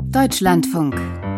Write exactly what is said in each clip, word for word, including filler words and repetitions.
Deutschlandfunk.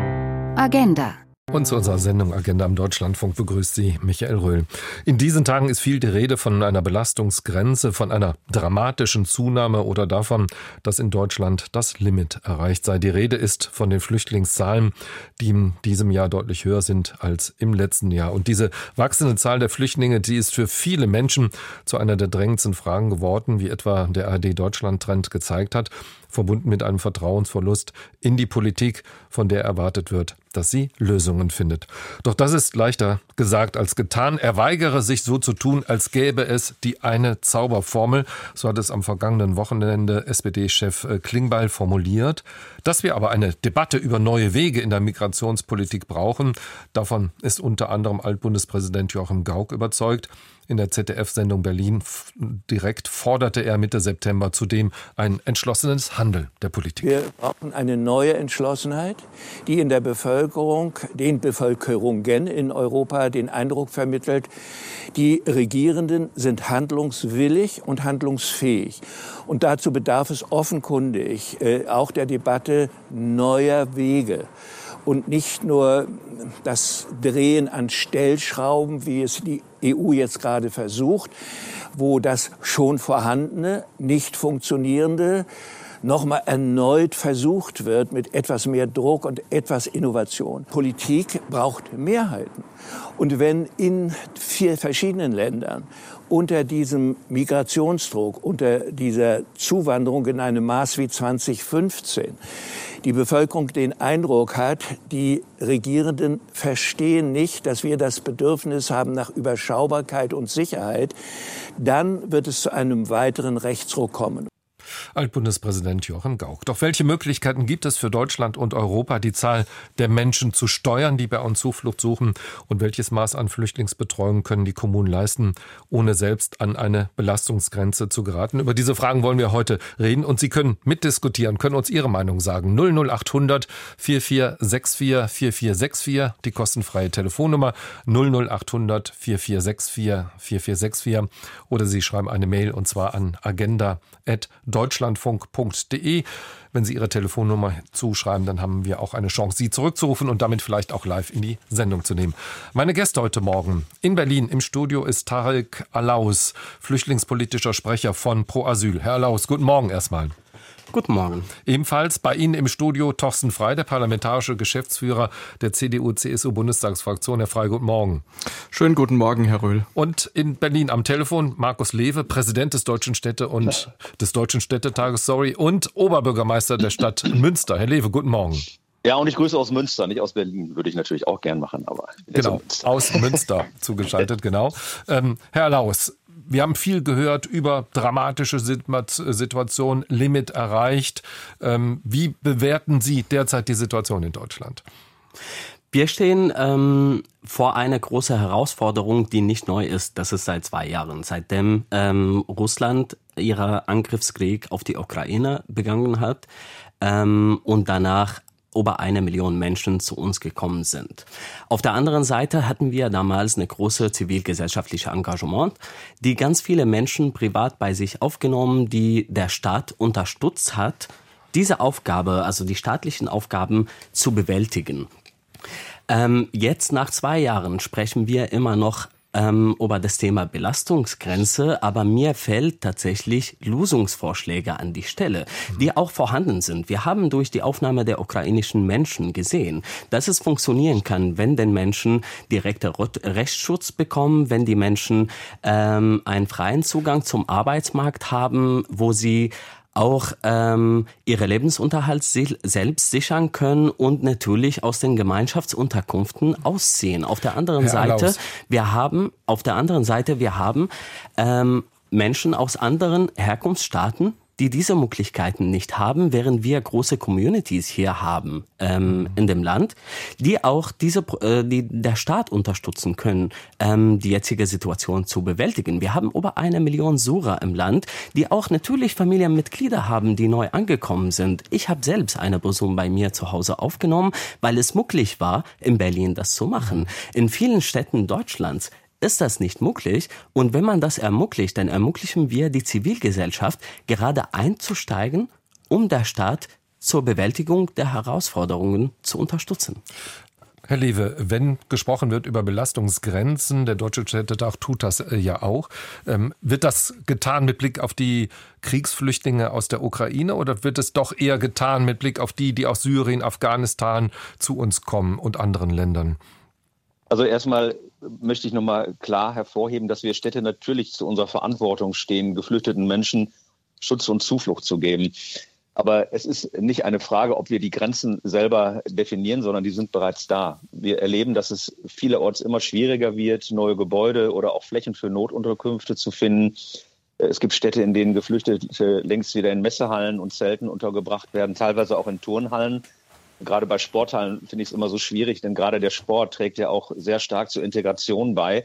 Agenda. Und zu unserer Sendung Agenda am Deutschlandfunk begrüßt Sie Michael Röhl. In diesen Tagen ist viel die Rede von einer Belastungsgrenze, von einer dramatischen Zunahme oder davon, dass in Deutschland das Limit erreicht sei. Die Rede ist von den Flüchtlingszahlen, die in diesem Jahr deutlich höher sind als im letzten Jahr. Und diese wachsende Zahl der Flüchtlinge, die ist für viele Menschen zu einer der drängendsten Fragen geworden, wie etwa der A R D-Deutschland-Trend gezeigt hat, verbunden mit einem Vertrauensverlust in die Politik, von der erwartet wird, dass sie Lösungen findet. Doch das ist leichter gesagt als getan. Er weigere sich so zu tun, als gäbe es die eine Zauberformel. So hat es am vergangenen Wochenende S P D-Chef Klingbeil formuliert. Dass wir aber eine Debatte über neue Wege in der Migrationspolitik brauchen, davon ist unter anderem Altbundespräsident Joachim Gauck überzeugt. In der Z D F-Sendung Berlin direkt forderte er Mitte September zudem ein entschlossenes Handeln der Politik. Wir brauchen eine neue Entschlossenheit, die in der Bevölkerung, den Bevölkerungen in Europa den Eindruck vermittelt, die Regierenden sind handlungswillig und handlungsfähig. Und dazu bedarf es offenkundig äh, auch der Debatte neuer Wege. Und nicht nur das Drehen an Stellschrauben, wie es die E U jetzt gerade versucht, wo das schon vorhandene, nicht funktionierende nochmal erneut versucht wird mit etwas mehr Druck und etwas Innovation. Politik braucht Mehrheiten. Und wenn in vier verschiedenen Ländern unter diesem Migrationsdruck, unter dieser Zuwanderung in einem Maß wie zwanzig fünfzehn, die Bevölkerung den Eindruck hat, die Regierenden verstehen nicht, dass wir das Bedürfnis haben nach Überschaubarkeit und Sicherheit, dann wird es zu einem weiteren Rechtsruck kommen. Altbundespräsident Joachim Gauck. Doch welche Möglichkeiten gibt es für Deutschland und Europa, die Zahl der Menschen zu steuern, die bei uns Zuflucht suchen? Und welches Maß an Flüchtlingsbetreuung können die Kommunen leisten, ohne selbst an eine Belastungsgrenze zu geraten? Über diese Fragen wollen wir heute reden. Und Sie können mitdiskutieren, können uns Ihre Meinung sagen. null null acht hundert vier vier sechs vier vier vier sechs vier, die kostenfreie Telefonnummer null null acht hundert vier vier sechs vier vier vier sechs vier. Oder Sie schreiben eine Mail und zwar an agenda at deutschlandfunk punkt de. Wenn Sie Ihre Telefonnummer zuschreiben, dann haben wir auch eine Chance, Sie zurückzurufen und damit vielleicht auch live in die Sendung zu nehmen. Meine Gäste heute Morgen in Berlin im Studio ist Tarek Alaus, flüchtlingspolitischer Sprecher von Pro Asyl. Herr Alaus, guten Morgen erstmal. Guten Morgen. Ebenfalls bei Ihnen im Studio Thorsten Frey, der parlamentarische Geschäftsführer der C D U C S U-Bundestagsfraktion. Herr Frey, guten Morgen. Schönen guten Morgen, Herr Röhl. Und in Berlin am Telefon Markus Lewe, Präsident des Deutschen Städte- und des Deutschen Städtetages, sorry, und Oberbürgermeister der Stadt Münster. Herr Lewe, guten Morgen. Ja, und ich grüße aus Münster, nicht aus Berlin. Würde ich natürlich auch gern machen, aber genau, aus Münster zugeschaltet, genau. Ähm, Herr Alaus, wir haben viel gehört über dramatische Situationen, Limit erreicht. Ähm, wie bewerten Sie derzeit die Situation in Deutschland? Wir stehen ähm, vor einer großen Herausforderung, die nicht neu ist. Das ist seit zwei Jahren, seitdem ähm, Russland ihren Angriffskrieg auf die Ukraine begangen hat ähm, und danach über eine Million Menschen zu uns gekommen sind. Auf der anderen Seite hatten wir damals eine große zivilgesellschaftliche Engagement, die ganz viele Menschen privat bei sich aufgenommen, die der Staat unterstützt hat, diese Aufgabe, also die staatlichen Aufgaben zu bewältigen. Ähm, jetzt nach zwei Jahren sprechen wir immer noch ähm, über das Thema Belastungsgrenze, aber mir fällt tatsächlich Lösungsvorschläge an die Stelle, die auch vorhanden sind. Wir haben durch die Aufnahme der ukrainischen Menschen gesehen, dass es funktionieren kann, wenn den Menschen direkter Rechtsschutz bekommen, wenn die Menschen ähm, einen freien Zugang zum Arbeitsmarkt haben, wo sie auch ähm, ihre Lebensunterhalt selbst sichern können und natürlich aus den Gemeinschaftsunterkünften ausziehen. Auf der anderen Herr Seite, Alaus. wir haben auf der anderen Seite, wir haben ähm, Menschen aus anderen Herkunftsstaaten, die diese Möglichkeiten nicht haben, während wir große Communities hier haben ähm, in dem Land, die auch diese, äh, die der Staat unterstützen können, ähm, die jetzige Situation zu bewältigen. Wir haben über eine Million Syrer im Land, die auch natürlich Familienmitglieder haben, die neu angekommen sind. Ich habe selbst eine Person bei mir zu Hause aufgenommen, weil es möglich war, in Berlin das zu machen. In vielen Städten Deutschlands ist das nicht möglich. Und wenn man das ermöglicht, dann ermöglichen wir die Zivilgesellschaft gerade einzusteigen, um der Staat zur Bewältigung der Herausforderungen zu unterstützen. Herr Lewe, wenn gesprochen wird über Belastungsgrenzen, der Deutsche Städtetag tut das ja auch, ähm, wird das getan mit Blick auf die Kriegsflüchtlinge aus der Ukraine oder wird es doch eher getan mit Blick auf die, die aus Syrien, Afghanistan zu uns kommen und anderen Ländern? Also erstmal möchte ich nochmal klar hervorheben, dass wir Städte natürlich zu unserer Verantwortung stehen, geflüchteten Menschen Schutz und Zuflucht zu geben. Aber es ist nicht eine Frage, ob wir die Grenzen selber definieren, sondern die sind bereits da. Wir erleben, dass es vielerorts immer schwieriger wird, neue Gebäude oder auch Flächen für Notunterkünfte zu finden. Es gibt Städte, in denen Geflüchtete längst wieder in Messehallen und Zelten untergebracht werden, teilweise auch in Turnhallen. Gerade bei Sporthallen finde ich es immer so schwierig, denn gerade der Sport trägt ja auch sehr stark zur Integration bei.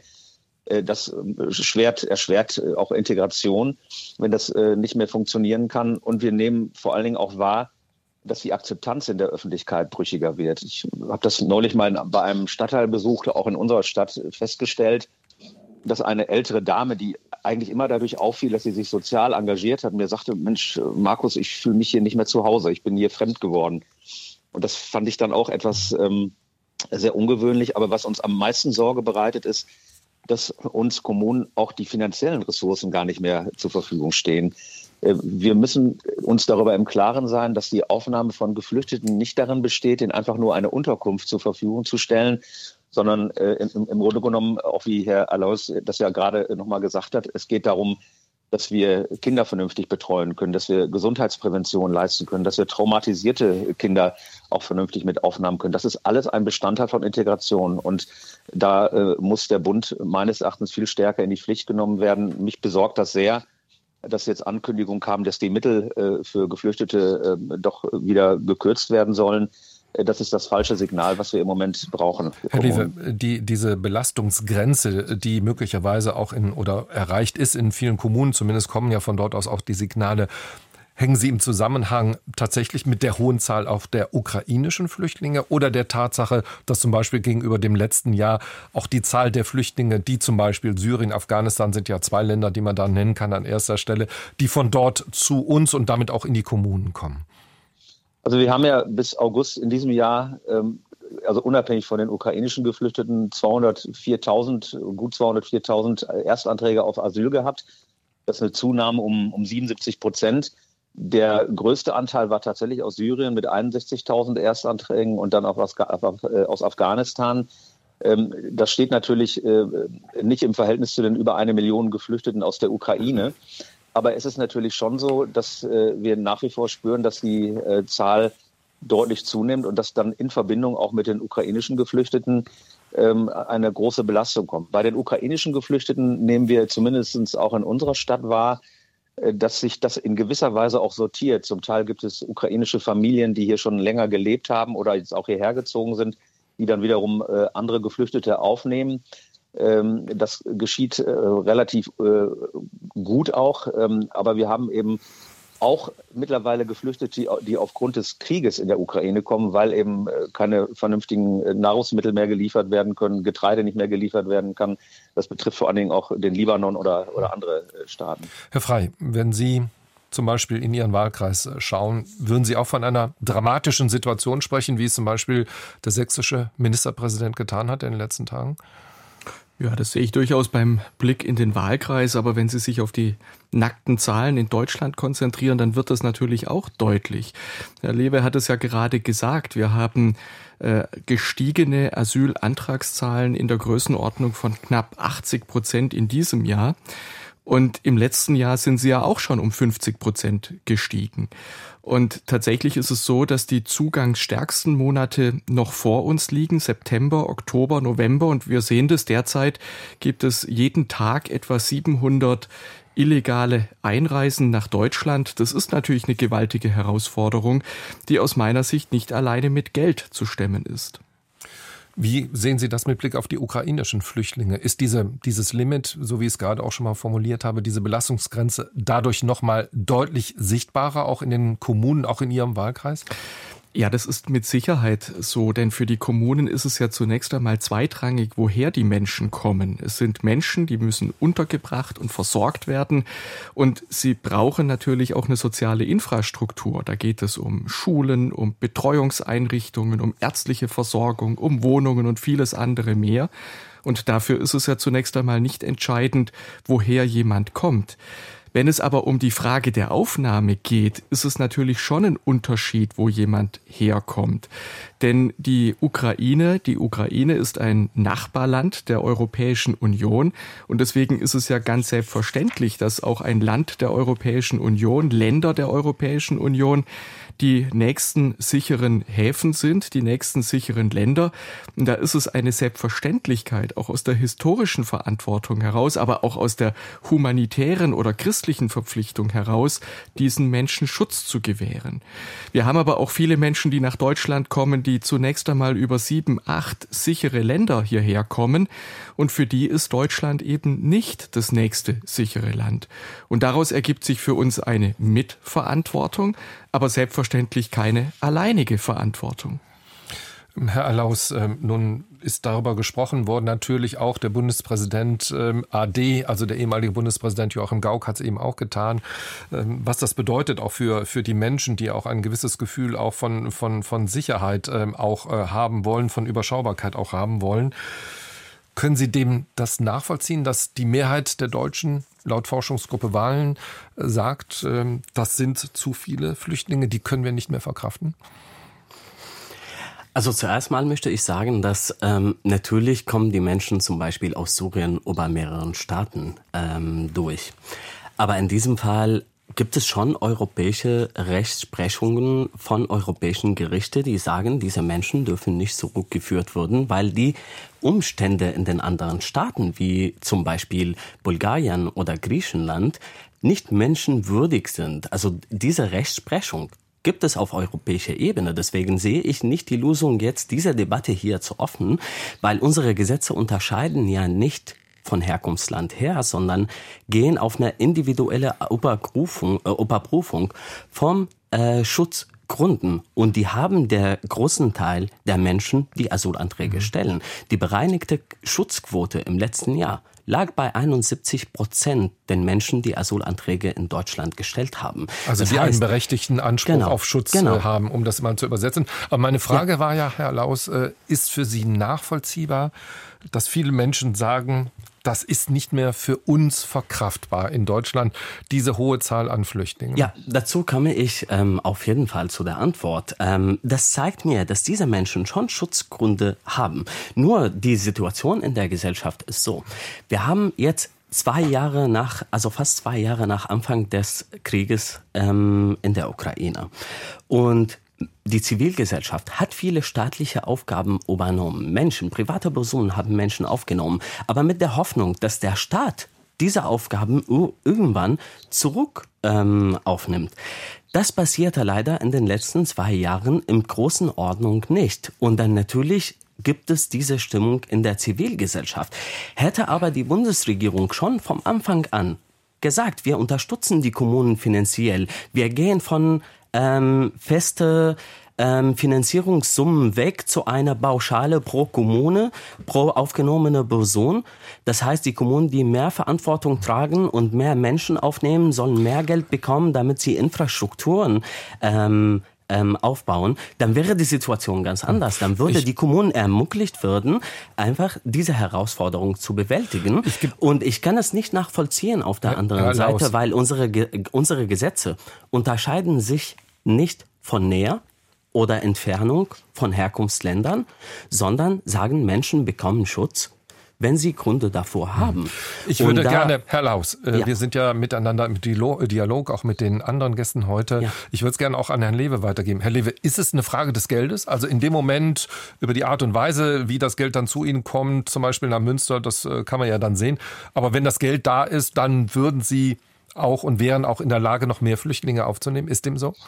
Das erschwert, erschwert auch Integration, wenn das nicht mehr funktionieren kann. Und wir nehmen vor allen Dingen auch wahr, dass die Akzeptanz in der Öffentlichkeit brüchiger wird. Ich habe das neulich mal bei einem Stadtteilbesuch, auch in unserer Stadt, festgestellt, dass eine ältere Dame, die eigentlich immer dadurch auffiel, dass sie sich sozial engagiert hat, mir sagte, Mensch, Markus, ich fühle mich hier nicht mehr zu Hause, ich bin hier fremd geworden. Und das fand ich dann auch etwas ähm, sehr ungewöhnlich. Aber was uns am meisten Sorge bereitet, ist, dass uns Kommunen auch die finanziellen Ressourcen gar nicht mehr zur Verfügung stehen. Wir müssen uns darüber im Klaren sein, dass die Aufnahme von Geflüchteten nicht darin besteht, ihnen einfach nur eine Unterkunft zur Verfügung zu stellen, sondern äh, im, im Grunde genommen, auch wie Herr Alois das ja gerade nochmal gesagt hat, es geht darum, dass wir Kinder vernünftig betreuen können, dass wir Gesundheitsprävention leisten können, dass wir traumatisierte Kinder auch vernünftig mit aufnehmen können. Das ist alles ein Bestandteil von Integration. Und da äh, muss der Bund meines Erachtens viel stärker in die Pflicht genommen werden. Mich besorgt das sehr, dass jetzt Ankündigungen kamen, dass die Mittel äh, für Geflüchtete äh, doch wieder gekürzt werden sollen. Das ist das falsche Signal, was wir im Moment brauchen. Herr Lewe, die, diese Belastungsgrenze, die möglicherweise auch in oder erreicht ist in vielen Kommunen, zumindest kommen ja von dort aus auch die Signale, hängen Sie im Zusammenhang tatsächlich mit der hohen Zahl auch der ukrainischen Flüchtlinge oder der Tatsache, dass zum Beispiel gegenüber dem letzten Jahr auch die Zahl der Flüchtlinge, die zum Beispiel Syrien, Afghanistan sind ja zwei Länder, die man da nennen kann an erster Stelle, die von dort zu uns und damit auch in die Kommunen kommen? Also wir haben ja bis August in diesem Jahr, ähm, also unabhängig von den ukrainischen Geflüchteten, zweihundertviertausend, gut zweihundertviertausend Erstanträge auf Asyl gehabt. Das ist eine Zunahme um, um siebenundsiebzig Prozent. Der größte Anteil war tatsächlich aus Syrien mit einundsechzigtausend Erstanträgen und dann auch aus, aus Afghanistan. Ähm, das steht natürlich äh, nicht im Verhältnis zu den über eine Million Geflüchteten aus der Ukraine. Aber es ist natürlich schon so, dass äh, wir nach wie vor spüren, dass die äh, Zahl deutlich zunimmt und dass dann in Verbindung auch mit den ukrainischen Geflüchteten ähm, eine große Belastung kommt. Bei den ukrainischen Geflüchteten nehmen wir zumindest auch in unserer Stadt wahr, äh, dass sich das in gewisser Weise auch sortiert. Zum Teil gibt es ukrainische Familien, die hier schon länger gelebt haben oder jetzt auch hierher gezogen sind, die dann wiederum äh, andere Geflüchtete aufnehmen. Das geschieht äh, relativ äh, gut auch, ähm, aber wir haben eben auch mittlerweile Geflüchtete, die, die aufgrund des Krieges in der Ukraine kommen, weil eben äh, keine vernünftigen Nahrungsmittel mehr geliefert werden können, Getreide nicht mehr geliefert werden kann. Das betrifft vor allen Dingen auch den Libanon oder, oder andere äh, Staaten. Herr Frey, wenn Sie zum Beispiel in Ihren Wahlkreis schauen, würden Sie auch von einer dramatischen Situation sprechen, wie es zum Beispiel der sächsische Ministerpräsident getan hat in den letzten Tagen? Ja, das sehe ich durchaus beim Blick in den Wahlkreis. Aber wenn Sie sich auf die nackten Zahlen in Deutschland konzentrieren, dann wird das natürlich auch deutlich. Herr Lewe hat es ja gerade gesagt. Wir haben äh, gestiegene Asylantragszahlen in der Größenordnung von knapp achtzig Prozent in diesem Jahr. Und im letzten Jahr sind sie ja auch schon um fünfzig Prozent gestiegen. Und tatsächlich ist es so, dass die zugangsstärksten Monate noch vor uns liegen, September, Oktober, November. Und wir sehen das, derzeit gibt es jeden Tag etwa siebenhundert illegale Einreisen nach Deutschland. Das ist natürlich eine gewaltige Herausforderung, die aus meiner Sicht nicht alleine mit Geld zu stemmen ist. Wie sehen Sie das mit Blick auf die ukrainischen Flüchtlinge? Ist diese, dieses Limit, so wie ich es gerade auch schon mal formuliert habe, diese Belastungsgrenze dadurch noch mal deutlich sichtbarer, auch in den Kommunen, auch in Ihrem Wahlkreis? Ja, das ist mit Sicherheit so, denn für die Kommunen ist es ja zunächst einmal zweitrangig, woher die Menschen kommen. Es sind Menschen, die müssen untergebracht und versorgt werden und sie brauchen natürlich auch eine soziale Infrastruktur. Da geht es um Schulen, um Betreuungseinrichtungen, um ärztliche Versorgung, um Wohnungen und vieles andere mehr. Und dafür ist es ja zunächst einmal nicht entscheidend, woher jemand kommt. Wenn es aber um die Frage der Aufnahme geht, ist es natürlich schon ein Unterschied, wo jemand herkommt. Denn die Ukraine, die Ukraine ist ein Nachbarland der Europäischen Union und deswegen ist es ja ganz selbstverständlich, dass auch ein Land der Europäischen Union, Länder der Europäischen Union, die nächsten sicheren Häfen sind, die nächsten sicheren Länder. Und da ist es eine Selbstverständlichkeit, auch aus der historischen Verantwortung heraus, aber auch aus der humanitären oder christlichen Verpflichtung heraus, diesen Menschen Schutz zu gewähren. Wir haben aber auch viele Menschen, die nach Deutschland kommen, die zunächst einmal über sieben, acht sichere Länder hierher kommen. Und für die ist Deutschland eben nicht das nächste sichere Land. Und daraus ergibt sich für uns eine Mitverantwortung, aber selbstverständlich keine alleinige Verantwortung. Herr Allaus, äh, nun ist darüber gesprochen worden, natürlich auch der Bundespräsident ähm, A D, also der ehemalige Bundespräsident Joachim Gauck hat es eben auch getan, ähm, was das bedeutet auch für, für die Menschen, die auch ein gewisses Gefühl auch von, von, von Sicherheit ähm, auch äh, haben wollen, von Überschaubarkeit auch haben wollen. Können Sie dem das nachvollziehen, dass die Mehrheit der Deutschen laut Forschungsgruppe Wahlen sagt, das sind zu viele Flüchtlinge, die können wir nicht mehr verkraften? Also zuerst mal möchte ich sagen, dass ähm, natürlich kommen die Menschen zum Beispiel aus Syrien über mehreren Staaten ähm, durch. Aber in diesem Fall gibt es schon europäische Rechtsprechungen von europäischen Gerichten, die sagen, diese Menschen dürfen nicht zurückgeführt werden, weil die Umstände in den anderen Staaten, wie zum Beispiel Bulgarien oder Griechenland, nicht menschenwürdig sind. Also diese Rechtsprechung gibt es auf europäischer Ebene. Deswegen sehe ich nicht die Lösung, jetzt diese Debatte hier zu öffnen, weil unsere Gesetze unterscheiden ja nicht von Herkunftsland her, sondern gehen auf eine individuelle Überprüfung, äh, Überprüfung vom äh, Schutzgründen. Und die haben der großen Teil der Menschen, die Asylanträge mhm. stellen. Die bereinigte Schutzquote im letzten Jahr lag bei einundsiebzig Prozent den Menschen, die Asylanträge in Deutschland gestellt haben. Also das die heißt, einen berechtigten Anspruch genau, auf Schutz genau. haben, um das mal zu übersetzen. Aber meine Frage ja. war ja, Herr Allaus, ist für Sie nachvollziehbar, dass viele Menschen sagen, das ist nicht mehr für uns verkraftbar in Deutschland, diese hohe Zahl an Flüchtlingen? Ja, dazu komme ich ähm, auf jeden Fall zu der Antwort. Ähm, das zeigt mir, dass diese Menschen schon Schutzgründe haben. Nur die Situation in der Gesellschaft ist so. Wir haben jetzt zwei Jahre nach, also fast zwei Jahre nach Anfang des Krieges ähm, in der Ukraine. Und die Zivilgesellschaft hat viele staatliche Aufgaben übernommen. Menschen, private Personen haben Menschen aufgenommen, aber mit der Hoffnung, dass der Staat diese Aufgaben irgendwann zurück ähm, aufnimmt. Das passierte leider in den letzten zwei Jahren im großen Ordnung nicht. Und dann natürlich gibt es diese Stimmung in der Zivilgesellschaft. Hätte aber die Bundesregierung schon vom Anfang an gesagt, wir unterstützen die Kommunen finanziell, wir gehen von ähm, feste ähm, Finanzierungssummen weg zu einer Pauschale pro Kommune, pro aufgenommene Person. Das heißt, die Kommunen, die mehr Verantwortung tragen und mehr Menschen aufnehmen, sollen mehr Geld bekommen, damit sie Infrastrukturen ähm, ähm, aufbauen. Dann wäre die Situation ganz anders. Dann würde ich, die Kommunen ermöglicht werden, einfach diese Herausforderung zu bewältigen. Ich und ich kann es nicht nachvollziehen auf der anderen ja, Seite, aus. weil unsere, unsere Gesetze unterscheiden sich nicht von Nähe oder Entfernung von Herkunftsländern, sondern sagen, Menschen bekommen Schutz, wenn sie Gründe davor haben. Ich würde da, gerne, Herr Laus, äh, ja. wir sind ja miteinander im Dialog, auch mit den anderen Gästen heute. Ja. Ich würde es gerne auch an Herrn Lewe weitergeben. Herr Lewe, ist es eine Frage des Geldes? Also in dem Moment, über die Art und Weise, wie das Geld dann zu Ihnen kommt, zum Beispiel nach Münster, das äh, kann man ja dann sehen. Aber wenn das Geld da ist, dann würden Sie auch und wären auch in der Lage, noch mehr Flüchtlinge aufzunehmen. Ist dem so?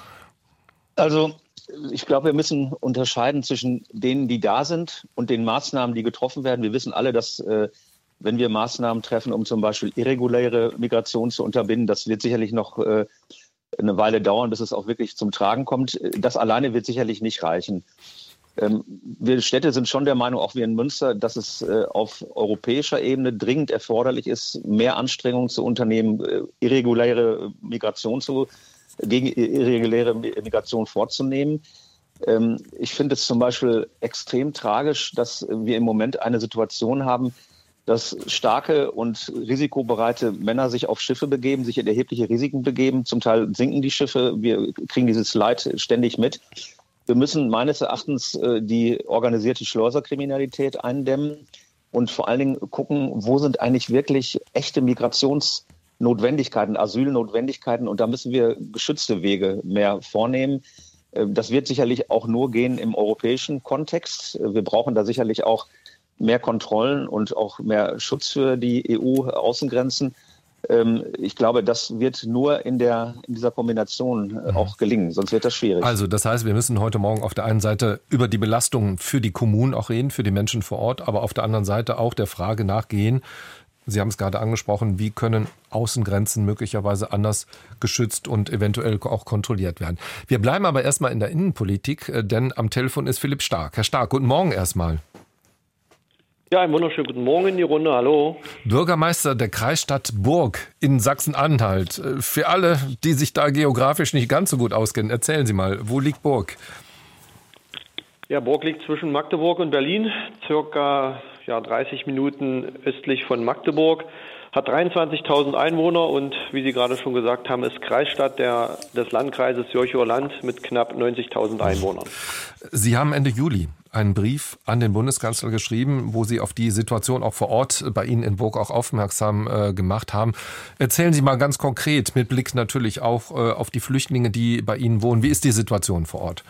Also ich glaube, wir müssen unterscheiden zwischen denen, die da sind und den Maßnahmen, die getroffen werden. Wir wissen alle, dass äh, wenn wir Maßnahmen treffen, um zum Beispiel irreguläre Migration zu unterbinden, das wird sicherlich noch äh, eine Weile dauern, bis es auch wirklich zum Tragen kommt. Das alleine wird sicherlich nicht reichen. Ähm, wir Städte sind schon der Meinung, auch wir in Münster, dass es äh, auf europäischer Ebene dringend erforderlich ist, mehr Anstrengungen zu unternehmen, äh, irreguläre Migration zu, gegen irreguläre Migration vorzunehmen. Ähm, ich finde es zum Beispiel extrem tragisch, dass wir im Moment eine Situation haben, dass starke und risikobereite Männer sich auf Schiffe begeben, sich in erhebliche Risiken begeben. Zum Teil sinken die Schiffe. Wir kriegen dieses Leid ständig mit. Wir müssen meines Erachtens äh, die organisierte Schleuserkriminalität eindämmen und vor allen Dingen gucken, wo sind eigentlich wirklich echte Migrationsnotwendigkeiten, Asylnotwendigkeiten. Und da müssen wir geschützte Wege mehr vornehmen. Äh, das wird sicherlich auch nur gehen im europäischen Kontext. Äh, wir brauchen da sicherlich auch mehr Kontrollen und auch mehr Schutz für die E U-Außengrenzen. Ich glaube, das wird nur in, der, in dieser Kombination auch gelingen, sonst wird das schwierig. Also das heißt, wir müssen heute Morgen auf der einen Seite über die Belastungen für die Kommunen auch reden, für die Menschen vor Ort, aber auf der anderen Seite auch der Frage nachgehen, Sie haben es gerade angesprochen, wie können Außengrenzen möglicherweise anders geschützt und eventuell auch kontrolliert werden. Wir bleiben aber erstmal in der Innenpolitik, denn am Telefon ist Philipp Stark. Herr Stark, guten Morgen erstmal. Ja, einen wunderschönen guten Morgen in die Runde. Hallo. Bürgermeister der Kreisstadt Burg in Sachsen-Anhalt. Für alle, die sich da geografisch nicht ganz so gut auskennen, erzählen Sie mal, wo liegt Burg? Ja, Burg liegt zwischen Magdeburg und Berlin, circa ja, dreißig Minuten östlich von Magdeburg, hat dreiundzwanzigtausend Einwohner und, wie Sie gerade schon gesagt haben, ist Kreisstadt der, des Landkreises Jörchicher Land mit knapp neunzigtausend Einwohnern. Sie haben Ende Juli einen Brief an den Bundeskanzler geschrieben, wo Sie auf die Situation auch vor Ort bei Ihnen in Burg auch aufmerksam äh, gemacht haben. Erzählen Sie mal ganz konkret, mit Blick natürlich auch äh, auf die Flüchtlinge, die bei Ihnen wohnen. Wie ist die Situation vor Ort?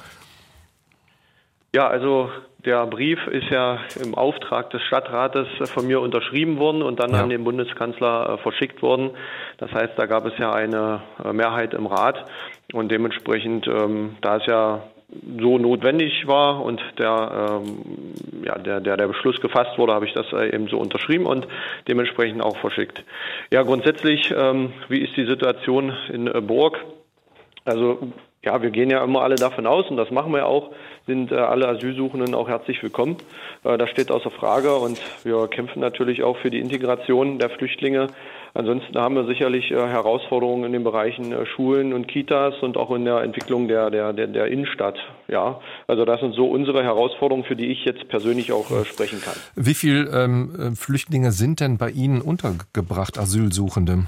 Ja, also der Brief ist ja im Auftrag des Stadtrates von mir unterschrieben worden und dann ja. an den Bundeskanzler äh, verschickt worden. Das heißt, da gab es ja eine äh, Mehrheit im Rat und dementsprechend, ähm, da es ja so notwendig war und der, ähm, ja, der, der, der Beschluss gefasst wurde, habe ich das äh, eben so unterschrieben und dementsprechend auch verschickt. Ja, grundsätzlich, ähm, wie ist die Situation in äh, Burg? Also, ja, wir gehen ja immer alle davon aus, und das machen wir ja auch, sind äh, alle Asylsuchenden auch herzlich willkommen. Äh, das steht außer Frage und wir kämpfen natürlich auch für die Integration der Flüchtlinge. Ansonsten haben wir sicherlich äh, Herausforderungen in den Bereichen äh, Schulen und Kitas und auch in der Entwicklung der, der, der, der Innenstadt. Ja, also das sind so unsere Herausforderungen, für die ich jetzt persönlich auch äh, sprechen kann. Wie viele ähm, Flüchtlinge sind denn bei Ihnen untergebracht, Asylsuchende?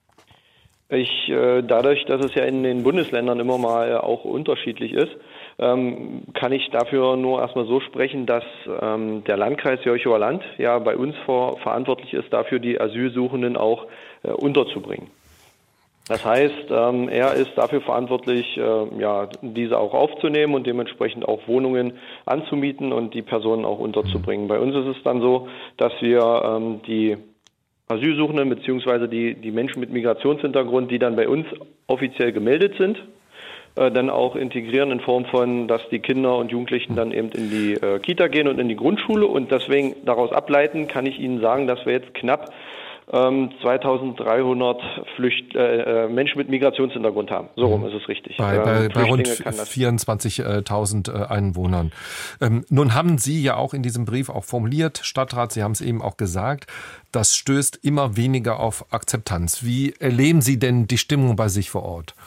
Ich, äh, dadurch, dass es ja in den Bundesländern immer mal auch unterschiedlich ist, ähm, kann ich dafür nur erstmal so sprechen, dass ähm, der Landkreis Jörchicher Land ja bei uns vor, verantwortlich ist, dafür die Asylsuchenden auch äh, unterzubringen. Das heißt, ähm, er ist dafür verantwortlich, äh, ja, diese auch aufzunehmen und dementsprechend auch Wohnungen anzumieten und die Personen auch unterzubringen. Bei uns ist es dann so, dass wir ähm, die Asylsuchenden bzw. die, die Menschen mit Migrationshintergrund, die dann bei uns offiziell gemeldet sind, äh, dann auch integrieren in Form von, dass die Kinder und Jugendlichen dann eben in die äh, Kita gehen und in die Grundschule. Und deswegen daraus ableiten kann ich Ihnen sagen, dass wir jetzt knapp ähm, zweitausenddreihundert Flücht, äh, Menschen mit Migrationshintergrund haben. So rum ist es richtig. Bei, bei, bei rund vierundzwanzigtausend Einwohnern. Ähm, nun haben Sie ja auch in diesem Brief auch formuliert, Stadtrat, Sie haben es eben auch gesagt, das stößt immer weniger auf Akzeptanz. Wie erleben Sie denn die Stimmung bei sich vor Ort?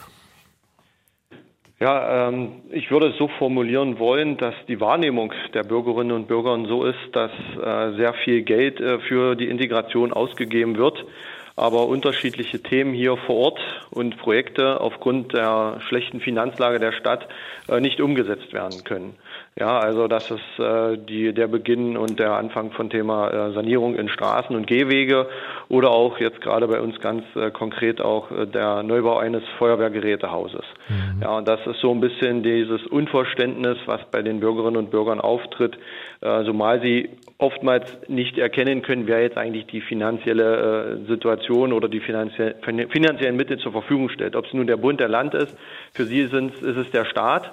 Ja, ähm, ich würde es so formulieren wollen, dass die Wahrnehmung der Bürgerinnen und Bürger so ist, dass äh, sehr viel Geld äh, für die Integration ausgegeben wird, aber unterschiedliche Themen hier vor Ort und Projekte aufgrund der schlechten Finanzlage der Stadt äh, nicht umgesetzt werden können. Ja, also das ist äh, die, der Beginn und der Anfang von Thema äh, Sanierung in Straßen und Gehwege oder auch jetzt gerade bei uns ganz äh, konkret auch äh, der Neubau eines Feuerwehrgerätehauses. Mhm. Ja, und das ist so ein bisschen dieses Unverständnis, was bei den Bürgerinnen und Bürgern auftritt, äh, zumal sie oftmals nicht erkennen können, wer jetzt eigentlich die finanzielle äh, Situation oder die finanzie- finanziellen Mittel zur Verfügung stellt. Ob es nun der Bund, der Land ist, für sie sind, ist es der Staat.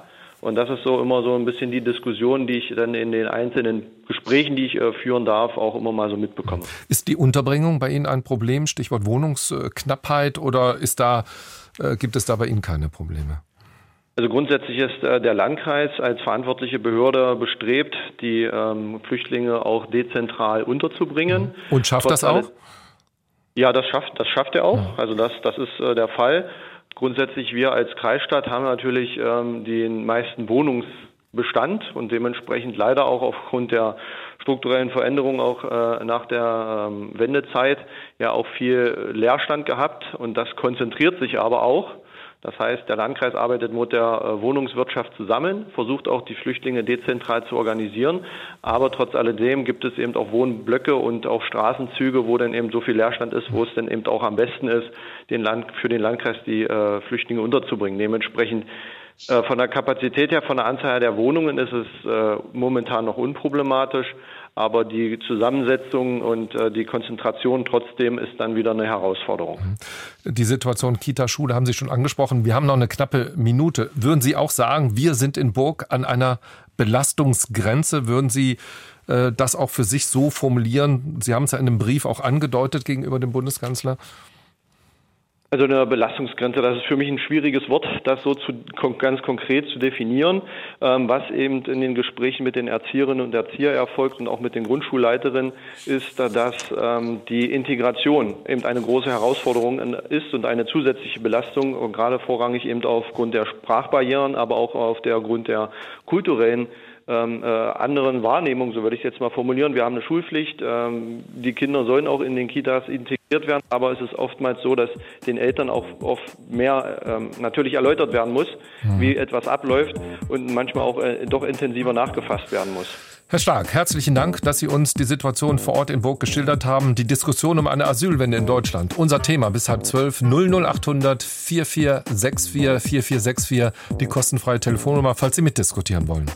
Und das ist so immer so ein bisschen die Diskussion, die ich dann in den einzelnen Gesprächen, die ich äh, führen darf, auch immer mal so mitbekomme. Ist die Unterbringung bei Ihnen ein Problem, Stichwort Wohnungsknappheit, oder ist da, äh, gibt es da bei Ihnen keine Probleme? Also grundsätzlich ist äh, der Landkreis als verantwortliche Behörde bestrebt, die ähm, Flüchtlinge auch dezentral unterzubringen. Und schafft das auch? Ja, das schafft, das schafft er auch. Also das, das ist äh, der Fall. Grundsätzlich, wir als Kreisstadt haben natürlich ähm, den meisten Wohnungsbestand und dementsprechend leider auch aufgrund der strukturellen Veränderungen auch äh, nach der ähm, Wendezeit ja auch viel Leerstand gehabt, und das konzentriert sich aber auch. Das heißt, der Landkreis arbeitet mit der äh, Wohnungswirtschaft zusammen, versucht auch die Flüchtlinge dezentral zu organisieren. Aber trotz alledem gibt es eben auch Wohnblöcke und auch Straßenzüge, wo dann eben so viel Leerstand ist, wo es dann eben auch am besten ist, den Land, für den Landkreis die äh, Flüchtlinge unterzubringen. Dementsprechend äh, von der Kapazität her, von der Anzahl der Wohnungen ist es äh, momentan noch unproblematisch. Aber die Zusammensetzung und äh, die Konzentration trotzdem ist dann wieder eine Herausforderung. Die Situation Kita-Schule haben Sie schon angesprochen. Wir haben noch eine knappe Minute. Würden Sie auch sagen, wir sind in Burg an einer Belastungsgrenze? Würden Sie äh, das auch für sich so formulieren? Sie haben es ja in einem Brief auch angedeutet gegenüber dem Bundeskanzler. Also eine Belastungsgrenze, das ist für mich ein schwieriges Wort, das so zu, ganz konkret zu definieren. Ähm, was eben in den Gesprächen mit den Erzieherinnen und Erziehern erfolgt und auch mit den Grundschulleiterinnen, ist, dass ähm, die Integration eben eine große Herausforderung ist und eine zusätzliche Belastung, und gerade vorrangig eben aufgrund der Sprachbarrieren, aber auch auf der Grund der kulturellen Ähm, äh, anderen Wahrnehmung, so würde ich es jetzt mal formulieren. Wir haben eine Schulpflicht, ähm, die Kinder sollen auch in den Kitas integriert werden, aber es ist oftmals so, dass den Eltern auch oft mehr ähm, natürlich erläutert werden muss, mhm. wie etwas abläuft, und manchmal auch äh, doch intensiver nachgefasst werden muss. Herr Stark, herzlichen Dank, dass Sie uns die Situation vor Ort in Burg geschildert haben. Die Diskussion um eine Asylwende in Deutschland. Unser Thema bis halb zwölf. null null acht hundert vier vier sechs vier vier vier sechs vier. Die kostenfreie Telefonnummer, falls Sie mitdiskutieren wollen.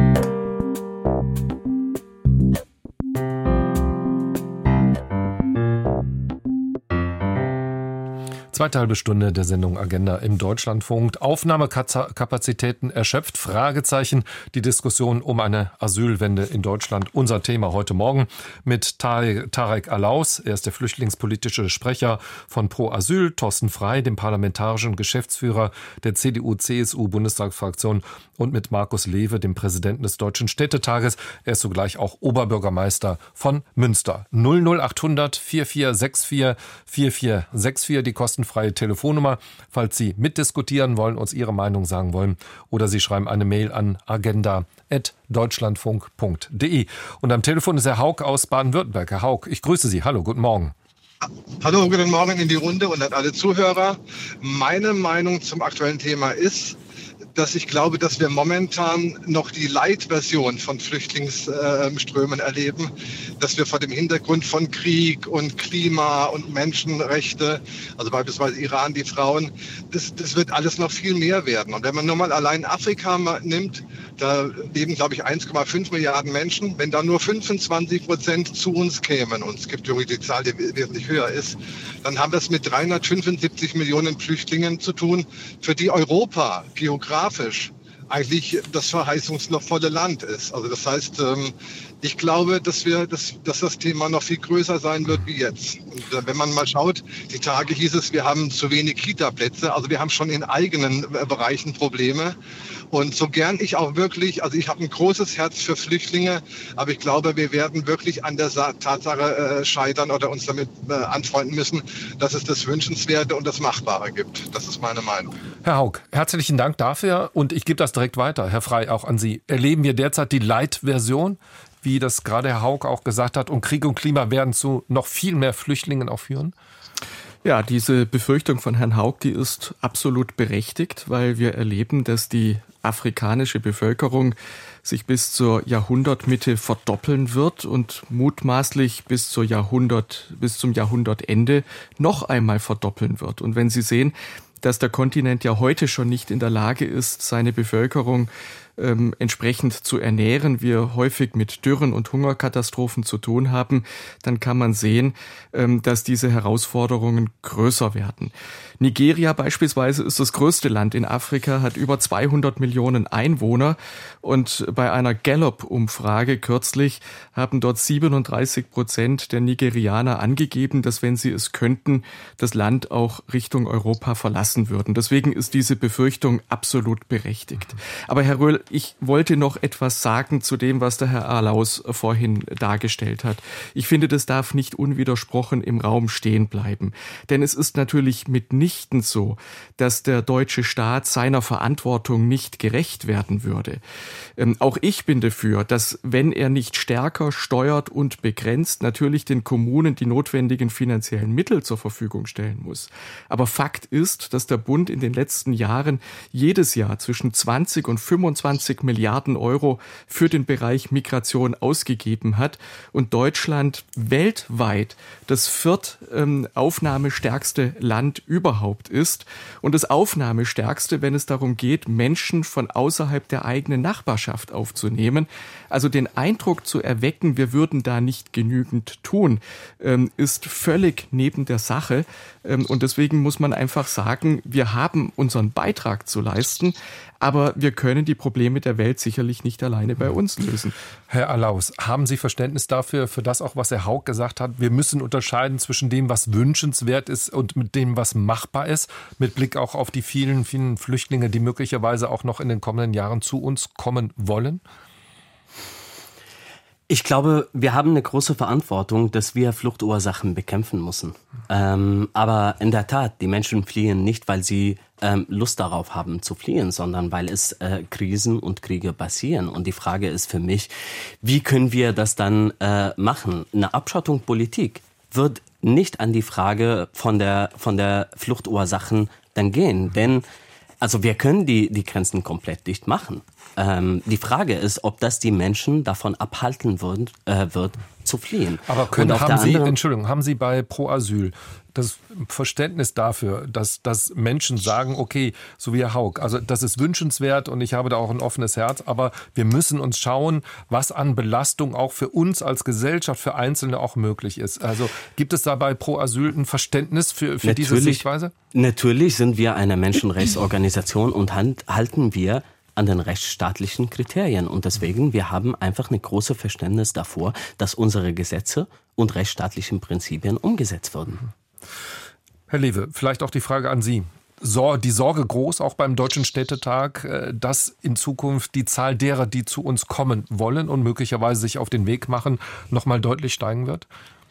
Zweite halbe Stunde der Sendung Agenda im Deutschlandfunk. Aufnahmekapazitäten erschöpft? Fragezeichen. Die Diskussion um eine Asylwende in Deutschland. Unser Thema heute Morgen mit Tarek Alaus. Er ist der flüchtlingspolitische Sprecher von Pro Asyl. Thorsten Frey, dem parlamentarischen Geschäftsführer der C D U C S U-Bundestagsfraktion. Und mit Markus Lewe, dem Präsidenten des Deutschen Städtetages. Er ist zugleich auch Oberbürgermeister von Münster. null null acht hundert vier vier sechs vier vier vier sechs vier. Die kostenfreie Telefonnummer, falls Sie mitdiskutieren wollen, uns Ihre Meinung sagen wollen, oder Sie schreiben eine Mail an agenda at deutschlandfunk punkt de. Und am Telefon ist Herr Haug aus Baden-Württemberg. Herr Haug, ich grüße Sie. Hallo, guten Morgen. Hallo, guten Morgen in die Runde und an alle Zuhörer. Meine Meinung zum aktuellen Thema ist, dass ich glaube, dass wir momentan noch die Light-Version von Flüchtlingsströmen erleben, dass wir vor dem Hintergrund von Krieg und Klima und Menschenrechte, also beispielsweise Iran, die Frauen, das, das wird alles noch viel mehr werden. Und wenn man nur mal allein Afrika nimmt, da leben, glaube ich, eins Komma fünf Milliarden Menschen. Wenn da nur fünfundzwanzig Prozent zu uns kämen, und es gibt übrigens die Zahl, die wesentlich höher ist, dann haben wir es mit dreihundertfünfundsiebzig Millionen Flüchtlingen zu tun, für die Europa geografisch eigentlich das verheißungsvolle Land ist. Also das heißt, ich glaube, dass wir, dass, dass das Thema noch viel größer sein wird wie jetzt. Und wenn man mal schaut, die Tage hieß es, wir haben zu wenig Kita-Plätze. Also wir haben schon in eigenen Bereichen Probleme. Und so gern ich auch wirklich, also ich habe ein großes Herz für Flüchtlinge, aber ich glaube, wir werden wirklich an der Tatsache äh, scheitern oder uns damit äh, anfreunden müssen, dass es das Wünschenswerte und das Machbare gibt. Das ist meine Meinung. Herr Haug, herzlichen Dank dafür, und ich gebe das direkt weiter, Herr Frey, auch an Sie. Erleben wir derzeit die Light-Version, wie das gerade Herr Haug auch gesagt hat, und Krieg und Klima werden zu noch viel mehr Flüchtlingen auch führen? Ja, diese Befürchtung von Herrn Haug, die ist absolut berechtigt, weil wir erleben, dass die afrikanische Bevölkerung sich bis zur Jahrhundertmitte verdoppeln wird und mutmaßlich bis zur Jahrhundert, bis zum Jahrhundertende noch einmal verdoppeln wird. Und wenn Sie sehen, dass der Kontinent ja heute schon nicht in der Lage ist, seine Bevölkerung ähm, entsprechend zu ernähren, wir häufig mit Dürren und Hungerkatastrophen zu tun haben, dann kann man sehen, ähm, dass diese Herausforderungen größer werden. Nigeria beispielsweise ist das größte Land in Afrika, hat über zweihundert Millionen Einwohner und bei einer Gallup-Umfrage kürzlich haben dort siebenunddreißig Prozent der Nigerianer angegeben, dass wenn sie es könnten, das Land auch Richtung Europa verlassen würden. Deswegen ist diese Befürchtung absolut berechtigt. Aber Herr Röhl, ich wollte noch etwas sagen zu dem, was der Herr Alaus vorhin dargestellt hat. Ich finde, das darf nicht unwidersprochen im Raum stehen bleiben. Denn es ist natürlich mitnichten so, dass der deutsche Staat seiner Verantwortung nicht gerecht werden würde. Ähm, auch ich bin dafür, dass, wenn er nicht stärker steuert und begrenzt, natürlich den Kommunen die notwendigen finanziellen Mittel zur Verfügung stellen muss. Aber Fakt ist, dass der Bund in den letzten Jahren jedes Jahr zwischen zwanzig und fünfundzwanzig Milliarden Euro für den Bereich Migration ausgegeben hat und Deutschland weltweit das viert-aufnahmestärkste Land überhaupt ist und das Aufnahmestärkste, wenn es darum geht, Menschen von außerhalb der eigenen Nachbarschaft aufzunehmen. Also den Eindruck zu erwecken, wir würden da nicht genügend tun, ist völlig neben der Sache. Und deswegen muss man einfach sagen, wir haben unseren Beitrag zu leisten, aber wir können die Probleme der Welt sicherlich nicht alleine bei uns lösen. Herr Alaus, haben Sie Verständnis dafür, für das auch, was Herr Hauck gesagt hat? Wir müssen unterscheiden zwischen dem, was wünschenswert ist und mit dem, was machbar ist, mit Blick auch auf die vielen, vielen Flüchtlinge, die möglicherweise auch noch in den kommenden Jahren zu uns kommen wollen? Ich glaube, wir haben eine große Verantwortung, dass wir Fluchtursachen bekämpfen müssen. Ähm, aber in der Tat, die Menschen fliehen nicht, weil sie ähm, Lust darauf haben zu fliehen, sondern weil es äh, Krisen und Kriege passieren. Und die Frage ist für mich, wie können wir das dann äh, machen? Eine Abschottungspolitik wird nicht an die Frage von der, von der Fluchtursachen dann gehen. Denn also wir können die, die Grenzen komplett dicht machen. Ähm, die Frage ist, ob das die Menschen davon abhalten wird, äh, wird zu fliehen. Aber können, haben Sie, anderen, Entschuldigung, haben Sie bei Pro Asyl das Verständnis dafür, dass, dass Menschen sagen, okay, so wie Herr Hauck, also das ist wünschenswert und ich habe da auch ein offenes Herz, aber wir müssen uns schauen, was an Belastung auch für uns als Gesellschaft, für Einzelne auch möglich ist. Also gibt es da bei Pro Asyl ein Verständnis für, für diese Sichtweise? Natürlich sind wir eine Menschenrechtsorganisation und halten wir an den rechtsstaatlichen Kriterien. Und deswegen, wir haben einfach ein großes Verständnis davor, dass unsere Gesetze und rechtsstaatlichen Prinzipien umgesetzt werden. Herr Lewe, vielleicht auch die Frage an Sie. Die Sorge groß, auch beim Deutschen Städtetag, dass in Zukunft die Zahl derer, die zu uns kommen wollen und möglicherweise sich auf den Weg machen, noch mal deutlich steigen wird?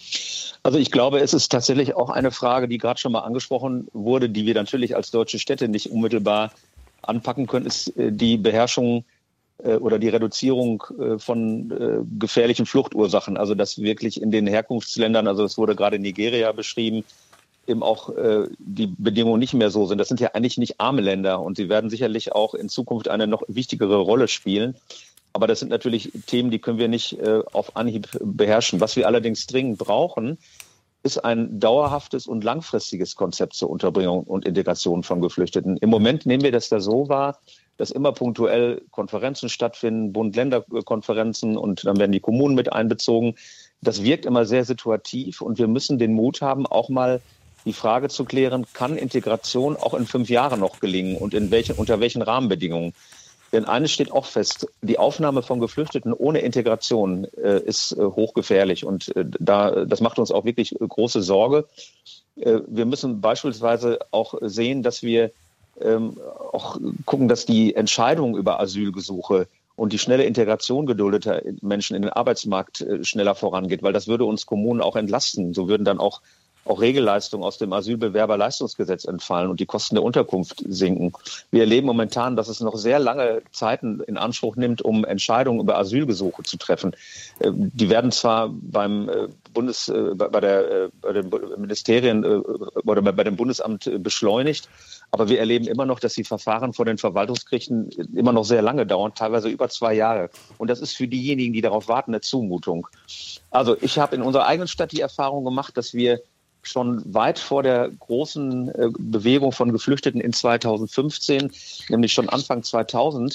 Also ich glaube, es ist tatsächlich auch eine Frage, die gerade schon mal angesprochen wurde, die wir natürlich als deutsche Städte nicht unmittelbar anpacken können, ist die Beherrschung äh, oder die Reduzierung äh, von äh, gefährlichen Fluchtursachen. Also dass wirklich in den Herkunftsländern, also es wurde gerade Nigeria beschrieben, eben auch äh, die Bedingungen nicht mehr so sind. Das sind ja eigentlich nicht arme Länder und sie werden sicherlich auch in Zukunft eine noch wichtigere Rolle spielen. Aber das sind natürlich Themen, die können wir nicht äh, auf Anhieb beherrschen. Was wir allerdings dringend brauchen, ist ein dauerhaftes und langfristiges Konzept zur Unterbringung und Integration von Geflüchteten. Im Moment nehmen wir das da so wahr, dass immer punktuell Konferenzen stattfinden, Bund-Länder-Konferenzen und dann werden die Kommunen mit einbezogen. Das wirkt immer sehr situativ und wir müssen den Mut haben, auch mal die Frage zu klären, kann Integration auch in fünf Jahren noch gelingen und in welchen, unter welchen Rahmenbedingungen? Denn eines steht auch fest, die Aufnahme von Geflüchteten ohne Integration äh, ist äh, hochgefährlich. Und äh, da, das macht uns auch wirklich äh, große Sorge. Äh, wir müssen beispielsweise auch sehen, dass wir ähm, auch gucken, dass die Entscheidung über Asylgesuche und die schnelle Integration geduldeter Menschen in den Arbeitsmarkt äh, schneller vorangeht, weil das würde uns Kommunen auch entlasten. So würden dann auch auch Regelleistungen aus dem Asylbewerberleistungsgesetz entfallen und die Kosten der Unterkunft sinken. Wir erleben momentan, dass es noch sehr lange Zeiten in Anspruch nimmt, um Entscheidungen über Asylgesuche zu treffen. Die werden zwar beim Bundes, bei der, bei den Ministerien oder bei dem Bundesamt beschleunigt, aber wir erleben immer noch, dass die Verfahren vor den Verwaltungsgerichten immer noch sehr lange dauern, teilweise über zwei Jahre. Und das ist für diejenigen, die darauf warten, eine Zumutung. Also ich habe in unserer eigenen Stadt die Erfahrung gemacht, dass wir schon weit vor der großen äh, Bewegung von Geflüchteten in zweitausendfünfzehn, nämlich schon Anfang zweitausend,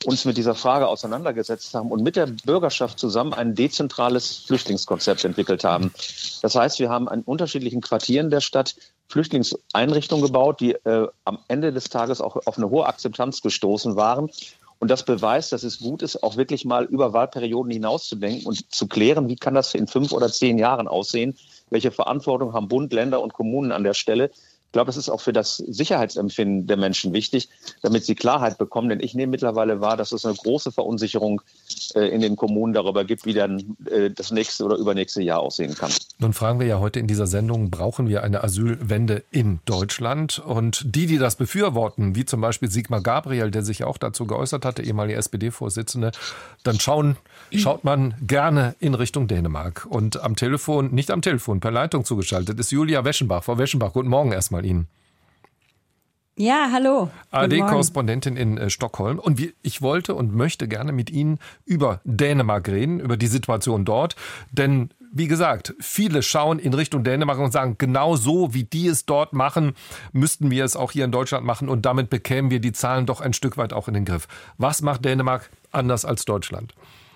uns mit dieser Frage auseinandergesetzt haben und mit der Bürgerschaft zusammen ein dezentrales Flüchtlingskonzept entwickelt haben. Das heißt, wir haben an unterschiedlichen Quartieren der Stadt Flüchtlingseinrichtungen gebaut, die äh, am Ende des Tages auch auf eine hohe Akzeptanz gestoßen waren. Und das beweist, dass es gut ist, auch wirklich mal über Wahlperioden hinauszudenken und zu klären, wie kann das in fünf oder zehn Jahren aussehen? Welche Verantwortung haben Bund, Länder und Kommunen an der Stelle? Ich glaube, das ist auch für das Sicherheitsempfinden der Menschen wichtig, damit sie Klarheit bekommen. Denn ich nehme mittlerweile wahr, dass es eine große Verunsicherung äh, in den Kommunen darüber gibt, wie dann äh, das nächste oder übernächste Jahr aussehen kann. Nun fragen wir ja heute in dieser Sendung, brauchen wir eine Asylwende in Deutschland? Und die, die das befürworten, wie zum Beispiel Sigmar Gabriel, der sich auch dazu geäußert hatte, ehemalige S P D-Vorsitzende, dann schauen, schaut man gerne in Richtung Dänemark. Und am Telefon, nicht am Telefon, per Leitung zugeschaltet ist Julia Weschenbach. Frau Weschenbach, guten Morgen erstmal Ihnen. Ja, hallo. A R D-Korrespondentin in äh, Stockholm. Und wie, ich wollte und möchte gerne mit Ihnen über Dänemark reden, über die Situation dort. Denn, wie gesagt, viele schauen in Richtung Dänemark und sagen, genau so, wie die es dort machen, müssten wir es auch hier in Deutschland machen. Und damit bekämen wir die Zahlen doch ein Stück weit auch in den Griff. Was macht Dänemark anders als Deutschland?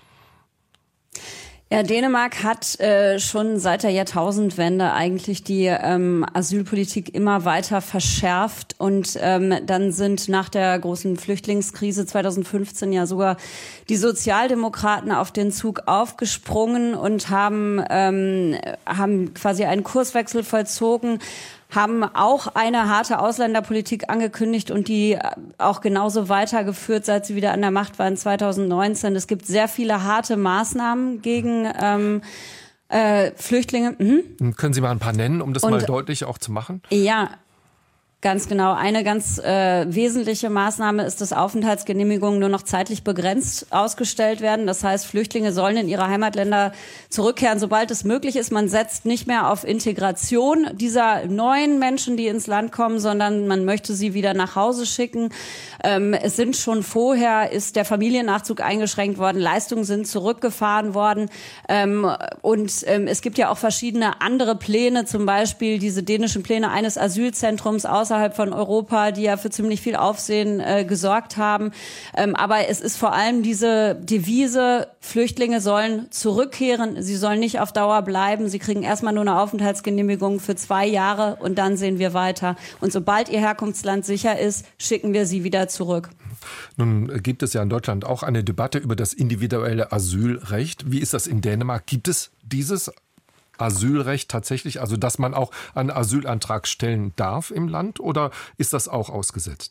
Ja, Dänemark hat äh, schon seit der Jahrtausendwende eigentlich die ähm, Asylpolitik immer weiter verschärft und ähm, dann sind nach der großen Flüchtlingskrise zweitausendfünfzehn ja sogar die Sozialdemokraten auf den Zug aufgesprungen und haben ähm, haben quasi einen Kurswechsel vollzogen, haben auch eine harte Ausländerpolitik angekündigt und die auch genauso weitergeführt, seit sie wieder an der Macht waren zweitausendneunzehn. Es gibt sehr viele harte Maßnahmen gegen ähm, äh, Flüchtlinge. Mhm. Können Sie mal ein paar nennen, um das und, mal deutlich auch zu machen? Ja, ganz genau. Eine ganz äh, wesentliche Maßnahme ist, dass Aufenthaltsgenehmigungen nur noch zeitlich begrenzt ausgestellt werden. Das heißt, Flüchtlinge sollen in ihre Heimatländer zurückkehren, sobald es möglich ist. Man setzt nicht mehr auf Integration dieser neuen Menschen, die ins Land kommen, sondern man möchte sie wieder nach Hause schicken. Ähm, es sind schon vorher, ist der Familiennachzug eingeschränkt worden, Leistungen sind zurückgefahren worden. Ähm, und ähm, es gibt ja auch verschiedene andere Pläne, zum Beispiel diese dänischen Pläne eines Asylzentrums außerhalb von Europa, die ja für ziemlich viel Aufsehen äh, gesorgt haben. Ähm, aber es ist vor allem diese Devise, Flüchtlinge sollen zurückkehren, sie sollen nicht auf Dauer bleiben, sie kriegen erstmal nur eine Aufenthaltsgenehmigung für zwei Jahre und dann sehen wir weiter. Und sobald ihr Herkunftsland sicher ist, schicken wir sie wieder zurück. Nun gibt es ja in Deutschland auch eine Debatte über das individuelle Asylrecht. Wie ist das in Dänemark? Gibt es dieses Asylrecht tatsächlich, also dass man auch einen Asylantrag stellen darf im Land, oder ist das auch ausgesetzt?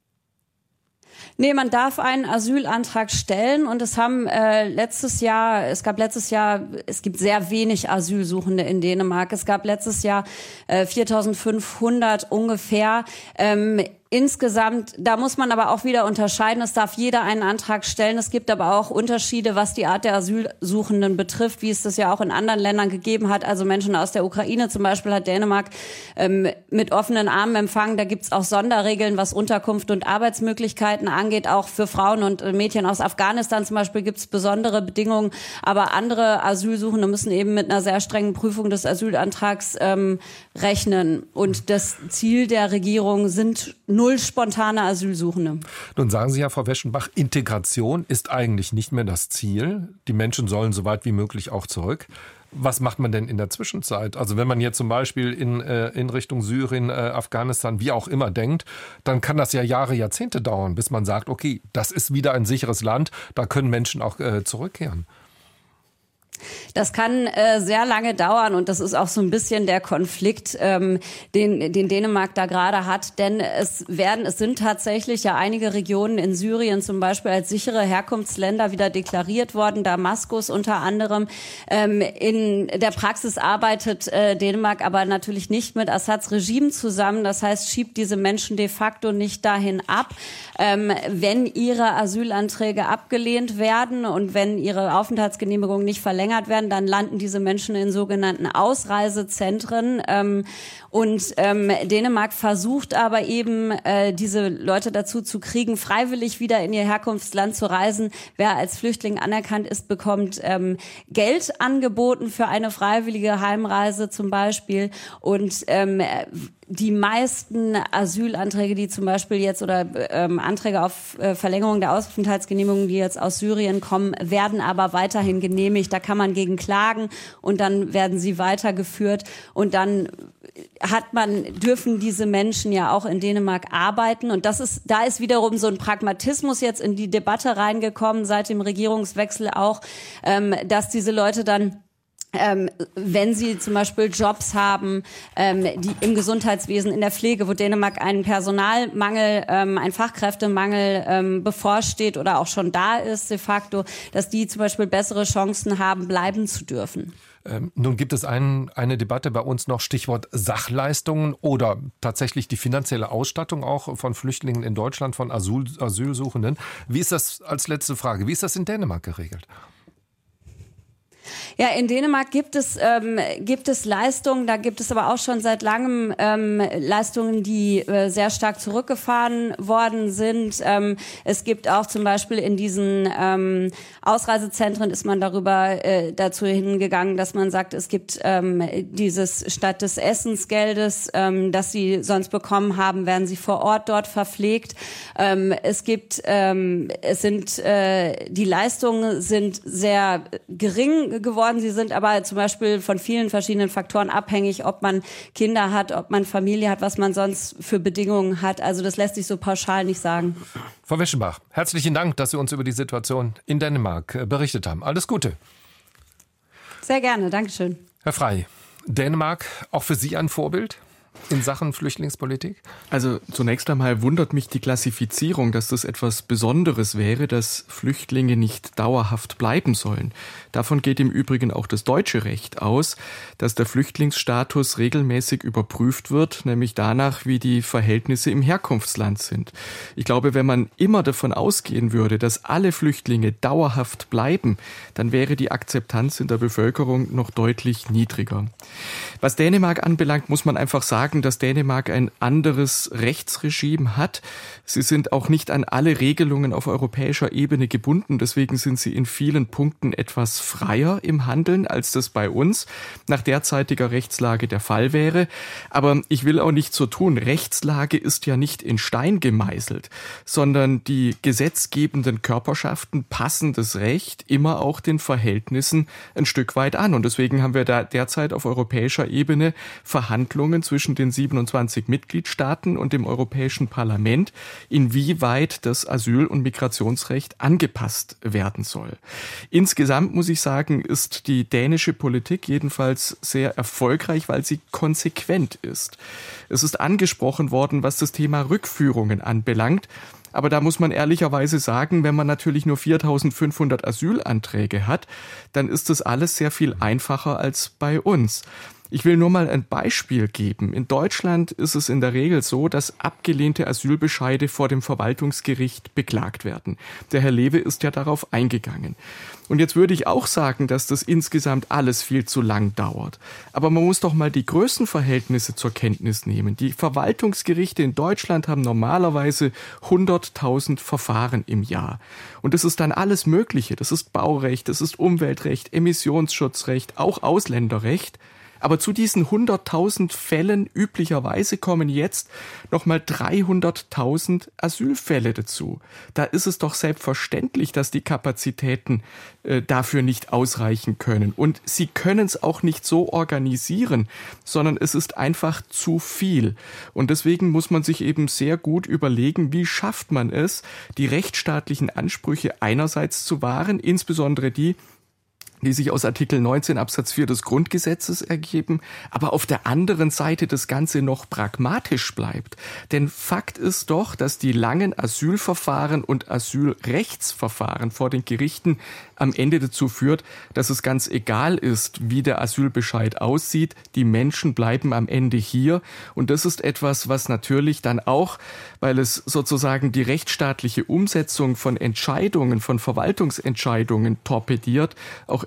Nee, man darf einen Asylantrag stellen und es haben äh, letztes Jahr, es gab letztes Jahr, es gibt sehr wenig Asylsuchende in Dänemark. Es gab letztes Jahr äh, viertausendfünfhundert ungefähr. Ähm, Insgesamt, da muss man aber auch wieder unterscheiden, es darf jeder einen Antrag stellen. Es gibt aber auch Unterschiede, was die Art der Asylsuchenden betrifft, wie es das ja auch in anderen Ländern gegeben hat. Also Menschen aus der Ukraine zum Beispiel hat Dänemark ähm, mit offenen Armen empfangen. Da gibt's auch Sonderregeln, was Unterkunft und Arbeitsmöglichkeiten angeht. Auch für Frauen und Mädchen aus Afghanistan zum Beispiel gibt's besondere Bedingungen. Aber andere Asylsuchende müssen eben mit einer sehr strengen Prüfung des Asylantrags ähm, rechnen. Und das Ziel der Regierung sind null spontane Asylsuchende. Nun sagen Sie ja, Frau Weschenbach, Integration ist eigentlich nicht mehr das Ziel. Die Menschen sollen so weit wie möglich auch zurück. Was macht man denn in der Zwischenzeit? Also wenn man jetzt zum Beispiel in, äh, in Richtung Syrien, äh, Afghanistan, wie auch immer denkt, dann kann das ja Jahre, Jahrzehnte dauern, bis man sagt, okay, das ist wieder ein sicheres Land, da können Menschen auch äh, zurückkehren. Das kann äh, sehr lange dauern und das ist auch so ein bisschen der Konflikt, ähm, den, den Dänemark da gerade hat. Denn es werden, es sind tatsächlich ja einige Regionen in Syrien zum Beispiel als sichere Herkunftsländer wieder deklariert worden. Damaskus unter anderem. Ähm, in der Praxis arbeitet äh, Dänemark aber natürlich nicht mit Assads Regime zusammen. Das heißt, schiebt diese Menschen de facto nicht dahin ab. Ähm, wenn ihre Asylanträge abgelehnt werden und wenn ihre Aufenthaltsgenehmigung nicht verlängert verlängert werden, dann landen diese Menschen in sogenannten Ausreisezentren. Ähm, und ähm, Dänemark versucht aber eben, äh, diese Leute dazu zu kriegen, freiwillig wieder in ihr Herkunftsland zu reisen. Wer als Flüchtling anerkannt ist, bekommt ähm, Geld angeboten für eine freiwillige Heimreise zum Beispiel. Und ähm, die meisten Asylanträge, die zum Beispiel jetzt oder ähm, Anträge auf äh, Verlängerung der Aufenthaltsgenehmigung, die jetzt aus Syrien kommen, werden aber weiterhin genehmigt. Da kann man gegen klagen und dann werden sie weitergeführt und dann hat man, dürfen diese Menschen ja auch in Dänemark arbeiten. Und das ist, da ist wiederum so ein Pragmatismus jetzt in die Debatte reingekommen, seit dem Regierungswechsel auch, ähm, dass diese Leute dann Ähm, wenn sie zum Beispiel Jobs haben, ähm, die im Gesundheitswesen, in der Pflege, wo Dänemark einen Personalmangel, ähm, einen Fachkräftemangel ähm, bevorsteht oder auch schon da ist de facto, dass die zum Beispiel bessere Chancen haben, bleiben zu dürfen. Ähm, nun gibt es ein, eine Debatte bei uns noch, Stichwort Sachleistungen oder tatsächlich die finanzielle Ausstattung auch von Flüchtlingen in Deutschland, von Asyl, Asylsuchenden. Wie ist das als letzte Frage? Wie ist das in Dänemark geregelt? Ja, in Dänemark gibt es ähm, gibt es Leistungen, da gibt es aber auch schon seit langem ähm, Leistungen, die äh, sehr stark zurückgefahren worden sind. Ähm, es gibt auch zum Beispiel in diesen ähm, Ausreisezentren ist man darüber äh, dazu hingegangen, dass man sagt, es gibt ähm, dieses statt des Essensgeldes, ähm, das sie sonst bekommen haben, werden sie vor Ort dort verpflegt. Ähm, es gibt ähm, es sind äh, die Leistungen sind sehr gering geworden. Sie sind aber zum Beispiel von vielen verschiedenen Faktoren abhängig, ob man Kinder hat, ob man Familie hat, was man sonst für Bedingungen hat. Also das lässt sich so pauschal nicht sagen. Frau Weschenbach, herzlichen Dank, dass Sie uns über die Situation in Dänemark berichtet haben. Alles Gute. Sehr gerne, Dankeschön. Herr Frey, Dänemark auch für Sie ein Vorbild in Sachen Flüchtlingspolitik? Also zunächst einmal wundert mich die Klassifizierung, dass das etwas Besonderes wäre, dass Flüchtlinge nicht dauerhaft bleiben sollen. Davon geht im Übrigen auch das deutsche Recht aus, dass der Flüchtlingsstatus regelmäßig überprüft wird, nämlich danach, wie die Verhältnisse im Herkunftsland sind. Ich glaube, wenn man immer davon ausgehen würde, dass alle Flüchtlinge dauerhaft bleiben, dann wäre die Akzeptanz in der Bevölkerung noch deutlich niedriger. Was Dänemark anbelangt, muss man einfach sagen, dass Dänemark ein anderes Rechtsregime hat. Sie sind auch nicht an alle Regelungen auf europäischer Ebene gebunden. Deswegen sind sie in vielen Punkten etwas freier im Handeln, als das bei uns nach derzeitiger Rechtslage der Fall wäre. Aber ich will auch nicht so tun. Rechtslage ist ja nicht in Stein gemeißelt, sondern die gesetzgebenden Körperschaften passen das Recht immer auch den Verhältnissen ein Stück weit an. Und deswegen haben wir da derzeit auf europäischer Ebene Verhandlungen zwischen den siebenundzwanzig Mitgliedstaaten und dem Europäischen Parlament, inwieweit das Asyl- und Migrationsrecht angepasst werden soll. Insgesamt muss ich sagen, ist die dänische Politik jedenfalls sehr erfolgreich, weil sie konsequent ist. Es ist angesprochen worden, was das Thema Rückführungen anbelangt. Aber da muss man ehrlicherweise sagen, wenn man natürlich nur viertausendfünfhundert Asylanträge hat, dann ist das alles sehr viel einfacher als bei uns. Ich will nur mal ein Beispiel geben. In Deutschland ist es in der Regel so, dass abgelehnte Asylbescheide vor dem Verwaltungsgericht beklagt werden. Der Herr Lewe ist ja darauf eingegangen. Und jetzt würde ich auch sagen, dass das insgesamt alles viel zu lang dauert. Aber man muss doch mal die Größenverhältnisse zur Kenntnis nehmen. Die Verwaltungsgerichte in Deutschland haben normalerweise hunderttausend Verfahren im Jahr. Und das ist dann alles Mögliche. Das ist Baurecht, das ist Umweltrecht, Emissionsschutzrecht, auch Ausländerrecht. Aber zu diesen hunderttausend Fällen üblicherweise kommen jetzt nochmal dreihunderttausend Asylfälle dazu. Da ist es doch selbstverständlich, dass die Kapazitäten äh, dafür nicht ausreichen können. Und sie können es auch nicht so organisieren, sondern es ist einfach zu viel. Und deswegen muss man sich eben sehr gut überlegen, wie schafft man es, die rechtsstaatlichen Ansprüche einerseits zu wahren, insbesondere die, die sich aus Artikel neunzehn Absatz vier des Grundgesetzes ergeben, aber auf der anderen Seite das Ganze noch pragmatisch bleibt. Denn Fakt ist doch, dass die langen Asylverfahren und Asylrechtsverfahren vor den Gerichten am Ende dazu führt, dass es ganz egal ist, wie der Asylbescheid aussieht. Die Menschen bleiben am Ende hier. Und das ist etwas, was natürlich dann auch, weil es sozusagen die rechtsstaatliche Umsetzung von Entscheidungen, von Verwaltungsentscheidungen torpediert, auch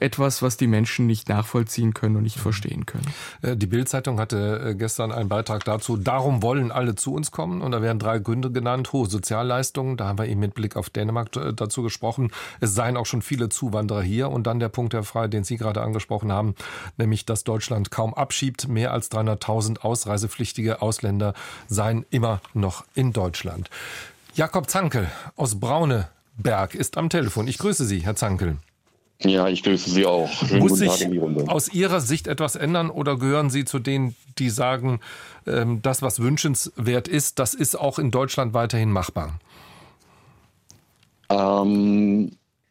etwas, was die Menschen nicht nachvollziehen können und nicht verstehen können. Die Bild-Zeitung hatte gestern einen Beitrag dazu, darum wollen alle zu uns kommen. Und da werden drei Gründe genannt. Hohe Sozialleistungen, da haben wir eben mit Blick auf Dänemark dazu gesprochen. Es seien auch schon viele Zuwanderer hier. Und dann der Punkt, Herr Frey, den Sie gerade angesprochen haben, nämlich, dass Deutschland kaum abschiebt. Mehr als dreihunderttausend ausreisepflichtige Ausländer seien immer noch in Deutschland. Jakob Zankel aus Brauneberg ist am Telefon. Ich grüße Sie, Herr Zankel. Ja, ich grüße Sie auch. Schönen Muss guten Tag sich in die Runde. Aus Ihrer Sicht etwas ändern oder gehören Sie zu denen, die sagen, ähm, das, was wünschenswert ist, das ist auch in Deutschland weiterhin machbar? Ähm,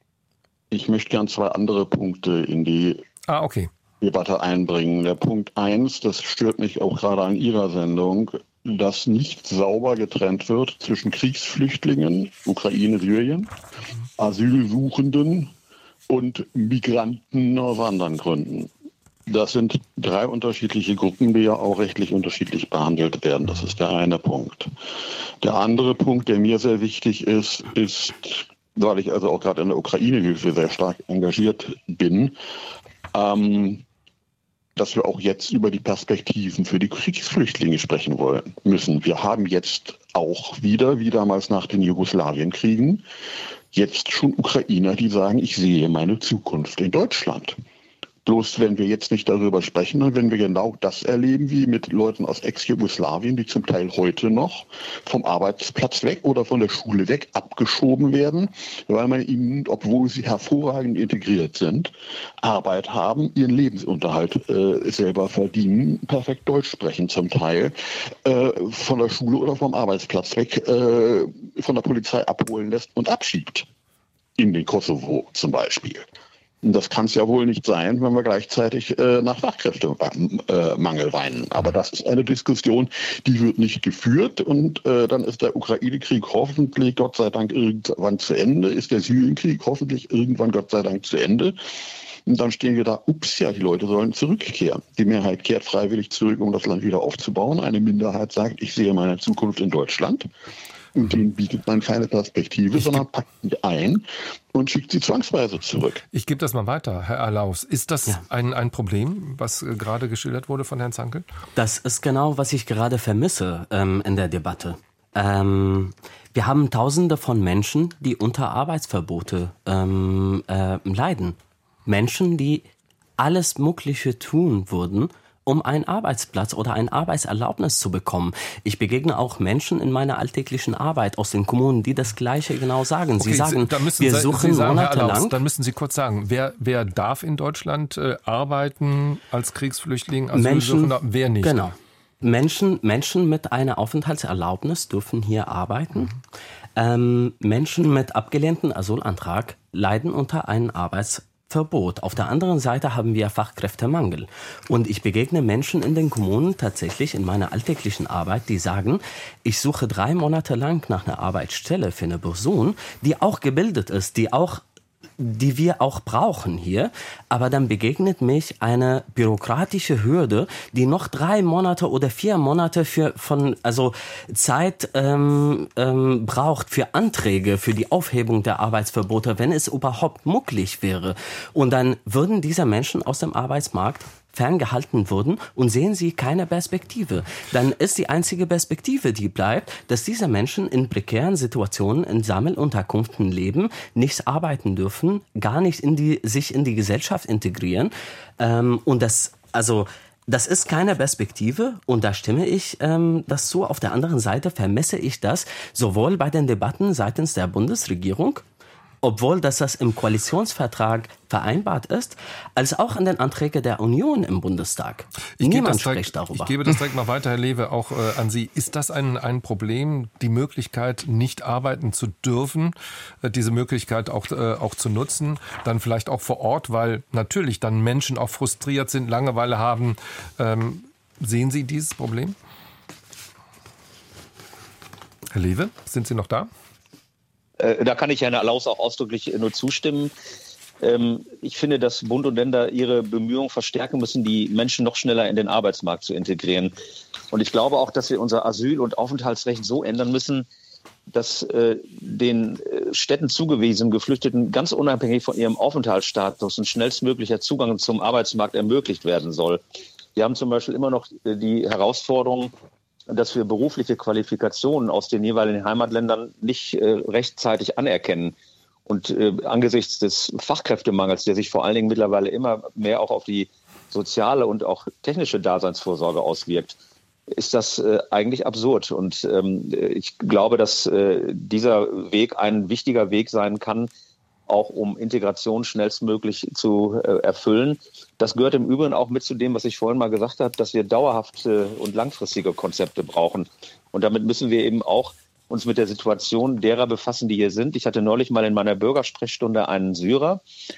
ich möchte gern zwei andere Punkte in die ah, okay. Debatte einbringen. Der Punkt eins, das stört mich auch gerade an Ihrer Sendung, dass nicht sauber getrennt wird zwischen Kriegsflüchtlingen, Ukraine, Syrien, Asylsuchenden und Migranten aus anderen Gründen. Das sind drei unterschiedliche Gruppen, die ja auch rechtlich unterschiedlich behandelt werden. Das ist der eine Punkt. Der andere Punkt, der mir sehr wichtig ist, ist, weil ich also auch gerade in der Ukraine-Hilfe sehr stark engagiert bin, ähm, dass wir auch jetzt über die Perspektiven für die Kriegsflüchtlinge sprechen wollen müssen. Wir haben jetzt auch wieder, wie damals nach den Jugoslawienkriegen, jetzt schon Ukrainer, die sagen, ich sehe meine Zukunft in Deutschland. Bloß wenn wir jetzt nicht darüber sprechen und wenn wir genau das erleben wie mit Leuten aus Ex-Jugoslawien, die zum Teil heute noch vom Arbeitsplatz weg oder von der Schule weg abgeschoben werden, weil man ihnen, obwohl sie hervorragend integriert sind, Arbeit haben, ihren Lebensunterhalt äh, selber verdienen, perfekt Deutsch sprechen zum Teil, äh, von der Schule oder vom Arbeitsplatz weg äh, von der Polizei abholen lässt und abschiebt. In den Kosovo zum Beispiel. Das kann es ja wohl nicht sein, wenn wir gleichzeitig äh, nach Fachkräftemangel äh, weinen. Aber das ist eine Diskussion, die wird nicht geführt. Und äh, dann ist der Ukraine-Krieg hoffentlich, Gott sei Dank, irgendwann zu Ende. Ist der Syrien-Krieg hoffentlich irgendwann, Gott sei Dank, zu Ende. Und dann stehen wir da, ups, ja, die Leute sollen zurückkehren. Die Mehrheit kehrt freiwillig zurück, um das Land wieder aufzubauen. Eine Minderheit sagt, ich sehe meine Zukunft in Deutschland. Und denen bietet man keine Perspektive, ich sondern packt sie ein und schickt sie zwangsweise zurück. Ich gebe das mal weiter, Herr Erlaus. Ist das ja. ein, ein Problem, was äh, gerade geschildert wurde von Herrn Zankel? Das ist genau, was ich gerade vermisse ähm, in der Debatte. Ähm, wir haben Tausende von Menschen, die unter Arbeitsverbote ähm, äh, leiden. Menschen, die alles Mögliche tun würden, um einen Arbeitsplatz oder ein Arbeitserlaubnis zu bekommen. Ich begegne auch Menschen in meiner alltäglichen Arbeit aus den Kommunen, die das Gleiche genau sagen. Sie okay, sagen, Sie, wir Sie, suchen Sie sagen, monatelang... Erlaus, dann müssen Sie kurz sagen, wer, wer darf in Deutschland äh, arbeiten als Kriegsflüchtling, Asylsuchender, wer nicht? Genau. Menschen, Menschen mit einer Aufenthaltserlaubnis dürfen hier arbeiten. Mhm. Ähm, Menschen mit abgelehnten Asylantrag leiden unter einem Arbeitsverbot. Verbot. Auf der anderen Seite haben wir Fachkräftemangel. Und ich begegne Menschen in den Kommunen tatsächlich in meiner alltäglichen Arbeit, die sagen, ich suche drei Monate lang nach einer Arbeitsstelle für eine Person, die auch gebildet ist, die auch die wir auch brauchen hier, aber dann begegnet mich eine bürokratische Hürde, die noch drei Monate oder vier Monate für von also Zeit ähm, ähm, braucht für Anträge für die Aufhebung der Arbeitsverbote, wenn es überhaupt möglich wäre. Und dann würden diese Menschen aus dem Arbeitsmarkt ferngehalten wurden und sehen sie keine Perspektive. Dann ist die einzige Perspektive, die bleibt, dass diese Menschen in prekären Situationen in Sammelunterkünften leben, nicht arbeiten dürfen, gar nicht in die, sich in die Gesellschaft integrieren. Ähm, und das, also, das ist keine Perspektive und da stimme ich ähm, das zu. Auf der anderen Seite vermesse ich das sowohl bei den Debatten seitens der Bundesregierung, obwohl dass das im Koalitionsvertrag vereinbart ist, als auch an den Anträgen der Union im Bundestag. Ich Niemand direkt, spricht darüber. Ich gebe das direkt mal weiter, Herr Lewe, auch äh, an Sie. Ist das ein, ein Problem, die Möglichkeit, nicht arbeiten zu dürfen, äh, diese Möglichkeit auch, äh, auch zu nutzen, dann vielleicht auch vor Ort, weil natürlich dann Menschen auch frustriert sind, Langeweile haben. Ähm, sehen Sie dieses Problem? Herr Lewe, sind Sie noch da? Da kann ich Herrn Erlaus auch ausdrücklich nur zustimmen. Ich finde, dass Bund und Länder ihre Bemühungen verstärken müssen, die Menschen noch schneller in den Arbeitsmarkt zu integrieren. Und ich glaube auch, dass wir unser Asyl- und Aufenthaltsrecht so ändern müssen, dass äh, den äh, Städten zugewiesenen Geflüchteten ganz unabhängig von ihrem Aufenthaltsstatus ein schnellstmöglicher Zugang zum Arbeitsmarkt ermöglicht werden soll. Wir haben zum Beispiel immer noch die Herausforderung, dass wir berufliche Qualifikationen aus den jeweiligen Heimatländern nicht äh, rechtzeitig anerkennen. Und äh, angesichts des Fachkräftemangels, der sich vor allen Dingen mittlerweile immer mehr auch auf die soziale und auch technische Daseinsvorsorge auswirkt, ist das äh, eigentlich absurd. Und ähm, ich glaube, dass äh, dieser Weg ein wichtiger Weg sein kann, auch um Integration schnellstmöglich zu äh, erfüllen. Das gehört im Übrigen auch mit zu dem, was ich vorhin mal gesagt habe, dass wir dauerhafte und langfristige Konzepte brauchen. Und damit müssen wir eben auch uns mit der Situation derer befassen, die hier sind. Ich hatte neulich mal in meiner Bürgersprechstunde einen Syrer,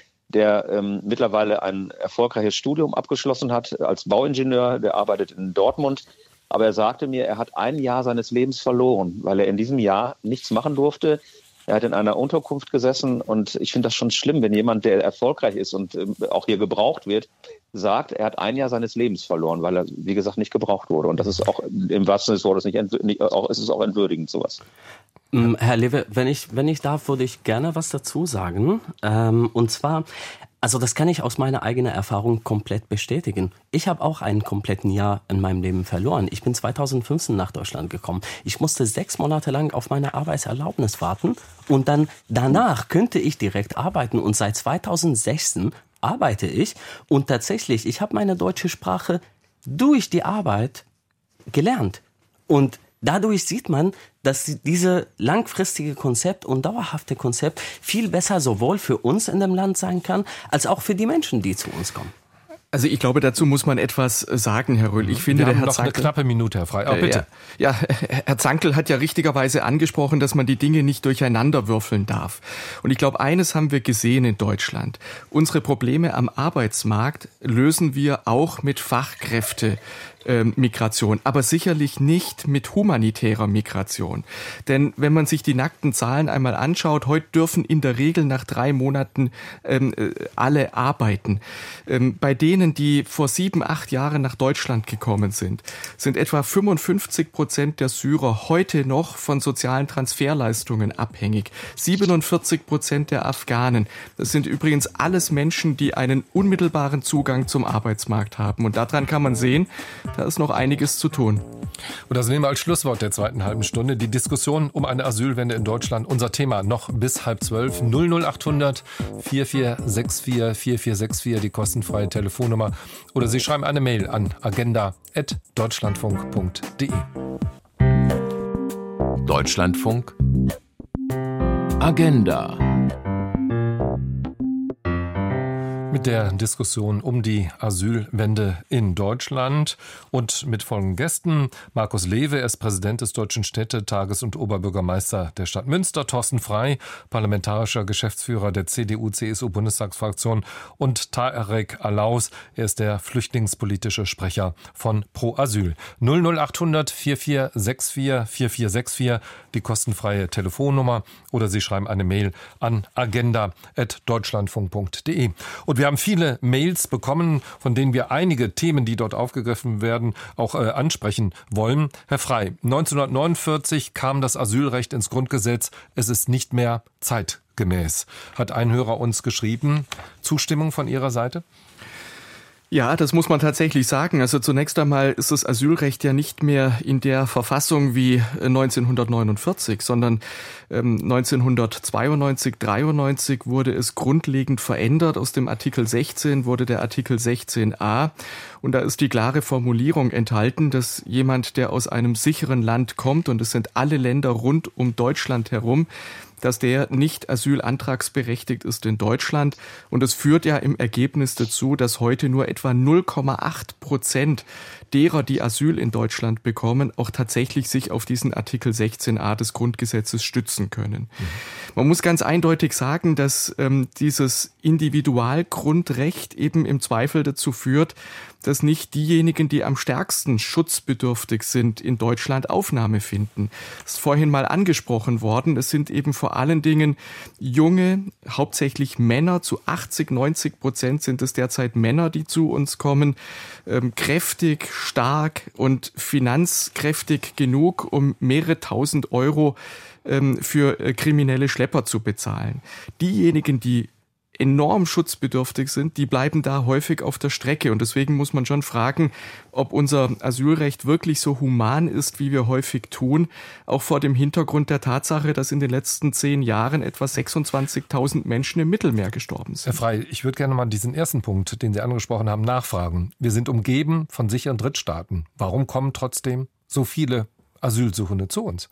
der ähm, mittlerweile ein erfolgreiches Studium abgeschlossen hat als Bauingenieur, der arbeitet in Dortmund. Aber er sagte mir, er hat ein Jahr seines Lebens verloren, weil er in diesem Jahr nichts machen durfte. Er hat in einer Unterkunft gesessen und ich finde das schon schlimm, wenn jemand, der erfolgreich ist und äh, auch hier gebraucht wird, sagt, er hat ein Jahr seines Lebens verloren, weil er, wie gesagt, nicht gebraucht wurde. Und das ist auch im wahrsten Sinne des Wortes nicht, entw- nicht auch, ist es auch entwürdigend, sowas. Herr Lewe, wenn ich, wenn ich darf, würde ich gerne was dazu sagen. Ähm, und zwar, also das kann ich aus meiner eigenen Erfahrung komplett bestätigen. Ich habe auch ein kompletten Jahr in meinem Leben verloren. Ich bin zweitausendfünfzehn nach Deutschland gekommen. Ich musste sechs Monate lang auf meine Arbeitserlaubnis warten und dann danach könnte ich direkt arbeiten. Und seit zweitausendsechzehn arbeite ich und tatsächlich, ich habe meine deutsche Sprache durch die Arbeit gelernt. Und dadurch sieht man, dass diese langfristige Konzept und dauerhafte Konzept viel besser sowohl für uns in dem Land sein kann, als auch für die Menschen, die zu uns kommen. Also ich glaube, dazu muss man etwas sagen, Herr Röhl. Ich finde, Wir der haben Herr noch Zankl, eine knappe Minute, Herr Frey. Oh, bitte. Ja, ja, Herr Zankl hat ja richtigerweise angesprochen, dass man die Dinge nicht durcheinander würfeln darf. Und ich glaube, eines haben wir gesehen in Deutschland. Unsere Probleme am Arbeitsmarkt lösen wir auch mit Fachkräfte. Migration, aber sicherlich nicht mit humanitärer Migration. Denn wenn man sich die nackten Zahlen einmal anschaut, heute dürfen in der Regel nach drei Monaten ähm, alle arbeiten. Ähm, bei denen, die vor sieben, acht Jahren nach Deutschland gekommen sind, sind etwa fünfundfünfzig Prozent der Syrer heute noch von sozialen Transferleistungen abhängig. siebenundvierzig Prozent der Afghanen. Das sind übrigens alles Menschen, die einen unmittelbaren Zugang zum Arbeitsmarkt haben. Und daran kann man sehen, da ist noch einiges zu tun. Und das nehmen wir als Schlusswort der zweiten halben Stunde. Die Diskussion um eine Asylwende in Deutschland. Unser Thema noch bis halb zwölf. null null acht hundert vier vier sechs vier vier vier sechs vier, die kostenfreie Telefonnummer. Oder Sie schreiben eine Mail an agenda at deutschlandfunk punkt de. Deutschlandfunk Agenda. Mit der Diskussion um die Asylwende in Deutschland und mit folgenden Gästen. Markus Lewe, er ist Präsident des Deutschen Städtetages und Oberbürgermeister der Stadt Münster. Thorsten Frey, parlamentarischer Geschäftsführer der C D U C S U-Bundestagsfraktion. Und Tarek Alaus, er ist der flüchtlingspolitische Sprecher von Pro Asyl. null null acht hundert vier vier sechs vier vier vier sechs vier, die kostenfreie Telefonnummer. Oder Sie schreiben eine Mail an agenda at deutschlandfunk punkt de. Und wir haben viele Mails bekommen, von denen wir einige Themen, die dort aufgegriffen werden, auch äh, ansprechen wollen. Herr Frey, neunzehnhundertneunundvierzig kam das Asylrecht ins Grundgesetz. Es ist nicht mehr zeitgemäß, hat ein Hörer uns geschrieben. Zustimmung von Ihrer Seite? Ja, das muss man tatsächlich sagen. Also zunächst einmal ist das Asylrecht ja nicht mehr in der Verfassung wie neunzehnhundertneunundvierzig, sondern ähm, neunzehnhundertzweiundneunzig, dreiundneunzig wurde es grundlegend verändert. Aus dem Artikel sechzehn wurde der Artikel sechzehn a und da ist die klare Formulierung enthalten, dass jemand, der aus einem sicheren Land kommt, und es sind alle Länder rund um Deutschland herum, dass der nicht asylantragsberechtigt ist in Deutschland. Und es führt ja im Ergebnis dazu, dass heute nur etwa null Komma acht Prozent derer, die Asyl in Deutschland bekommen, auch tatsächlich sich auf diesen Artikel sechzehn a des Grundgesetzes stützen können. Mhm. Man muss ganz eindeutig sagen, dass ähm, dieses Individualgrundrecht eben im Zweifel dazu führt, dass nicht diejenigen, die am stärksten schutzbedürftig sind, in Deutschland Aufnahme finden. Das ist vorhin mal angesprochen worden. Es sind eben vor vor allen Dingen junge, hauptsächlich Männer, zu achtzig, neunzig Prozent sind es derzeit Männer, die zu uns kommen, ähm, kräftig, stark und finanzkräftig genug, um mehrere tausend Euro ähm, für äh, kriminelle Schlepper zu bezahlen. Diejenigen, die enorm schutzbedürftig sind, die bleiben da häufig auf der Strecke. Und deswegen muss man schon fragen, ob unser Asylrecht wirklich so human ist, wie wir häufig tun, auch vor dem Hintergrund der Tatsache, dass in den letzten zehn Jahren etwa sechsundzwanzigtausend Menschen im Mittelmeer gestorben sind. Herr Frey, ich würde gerne mal diesen ersten Punkt, den Sie angesprochen haben, nachfragen. Wir sind umgeben von sicheren Drittstaaten. Warum kommen trotzdem so viele Asylsuchende zu uns?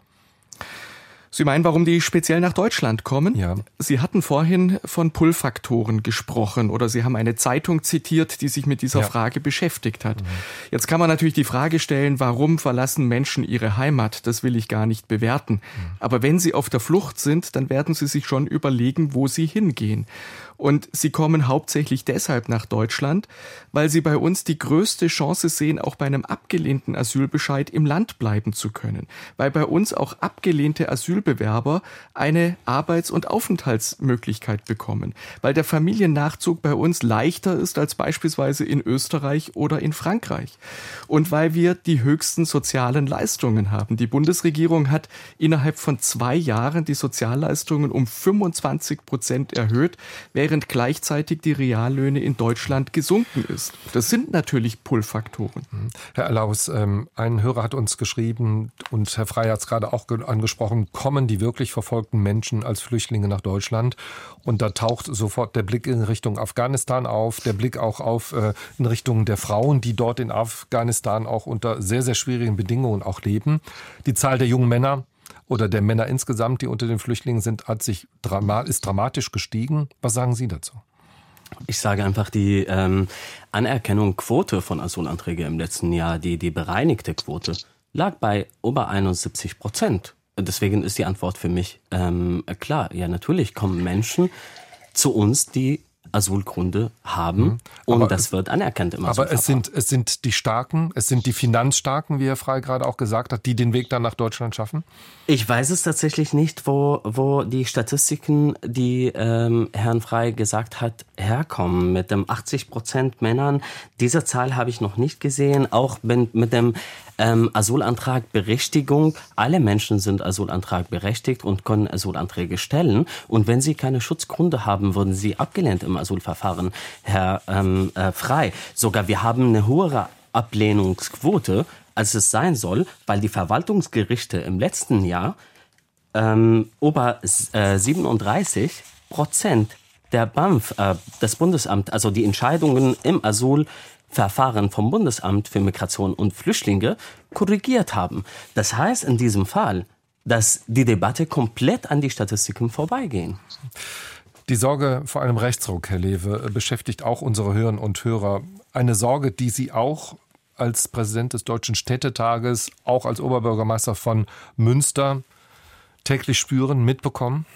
Sie meinen, warum die speziell nach Deutschland kommen? Ja. Sie hatten vorhin von Pull-Faktoren gesprochen oder Sie haben eine Zeitung zitiert, die sich mit dieser ja. Frage beschäftigt hat. Mhm. Jetzt kann man natürlich die Frage stellen, warum verlassen Menschen ihre Heimat? Das will ich gar nicht bewerten. Mhm. Aber wenn sie auf der Flucht sind, dann werden sie sich schon überlegen, wo sie hingehen. Und sie kommen hauptsächlich deshalb nach Deutschland, weil sie bei uns die größte Chance sehen, auch bei einem abgelehnten Asylbescheid im Land bleiben zu können. Weil bei uns auch abgelehnte Asylbewerber eine Arbeits- und Aufenthaltsmöglichkeit bekommen. Weil der Familiennachzug bei uns leichter ist als beispielsweise in Österreich oder in Frankreich. Und weil wir die höchsten sozialen Leistungen haben. Die Bundesregierung hat innerhalb von zwei Jahren die Sozialleistungen um fünfundzwanzig Prozent erhöht, während gleichzeitig die Reallöhne in Deutschland gesunken ist. Das sind natürlich Pull-Faktoren. Herr Erlaus, ähm, ein Hörer hat uns geschrieben und Herr Frey hat es gerade auch angesprochen, kommen die wirklich verfolgten Menschen als Flüchtlinge nach Deutschland? Und da taucht sofort der Blick in Richtung Afghanistan auf, der Blick auch auf äh, in Richtung der Frauen, die dort in Afghanistan auch unter sehr, sehr schwierigen Bedingungen auch leben. Die Zahl der jungen Männer oder der Männer insgesamt, die unter den Flüchtlingen sind, hat sich drama- ist dramatisch gestiegen. Was sagen Sie dazu? Ich sage einfach, die ähm, Anerkennung Quote von Asylanträgen im letzten Jahr, die, die bereinigte Quote, lag bei über einundsiebzig Prozent. Deswegen ist die Antwort für mich ähm, klar. Ja, natürlich kommen Menschen zu uns, die Asylgründe haben mhm. und aber, das wird anerkannt im Aber es sind, es sind die Starken, es sind die Finanzstarken, wie Herr Frey gerade auch gesagt hat, die den Weg dann nach Deutschland schaffen? Ich weiß es tatsächlich nicht, wo, wo die Statistiken, die ähm, Herrn Frey gesagt hat, herkommen. Mit dem achtzig Prozent Männern, diese Zahl habe ich noch nicht gesehen. Auch mit, mit dem ähm, Asylantrag Berechtigung. Alle Menschen sind Asylantrag berechtigt und können Asylanträge stellen. Und wenn sie keine Schutzgründe haben, würden sie abgelehnt im Asylverfahren, Herr ähm, äh, Frey. Sogar wir haben eine höhere Ablehnungsquote, als es sein soll, weil die Verwaltungsgerichte im letzten Jahr ähm, über äh, siebenunddreißig Prozent der B A M F, äh, das Bundesamt, also die Entscheidungen im Asylverfahren vom Bundesamt für Migration und Flüchtlinge korrigiert haben. Das heißt in diesem Fall, dass die Debatte komplett an die Statistiken vorbeigehen. Die Sorge vor einem Rechtsruck, Herr Lewe, beschäftigt auch unsere Hörerinnen und Hörer. Eine Sorge, die Sie auch als Präsident des Deutschen Städtetages, auch als Oberbürgermeister von Münster täglich spüren, mitbekommen?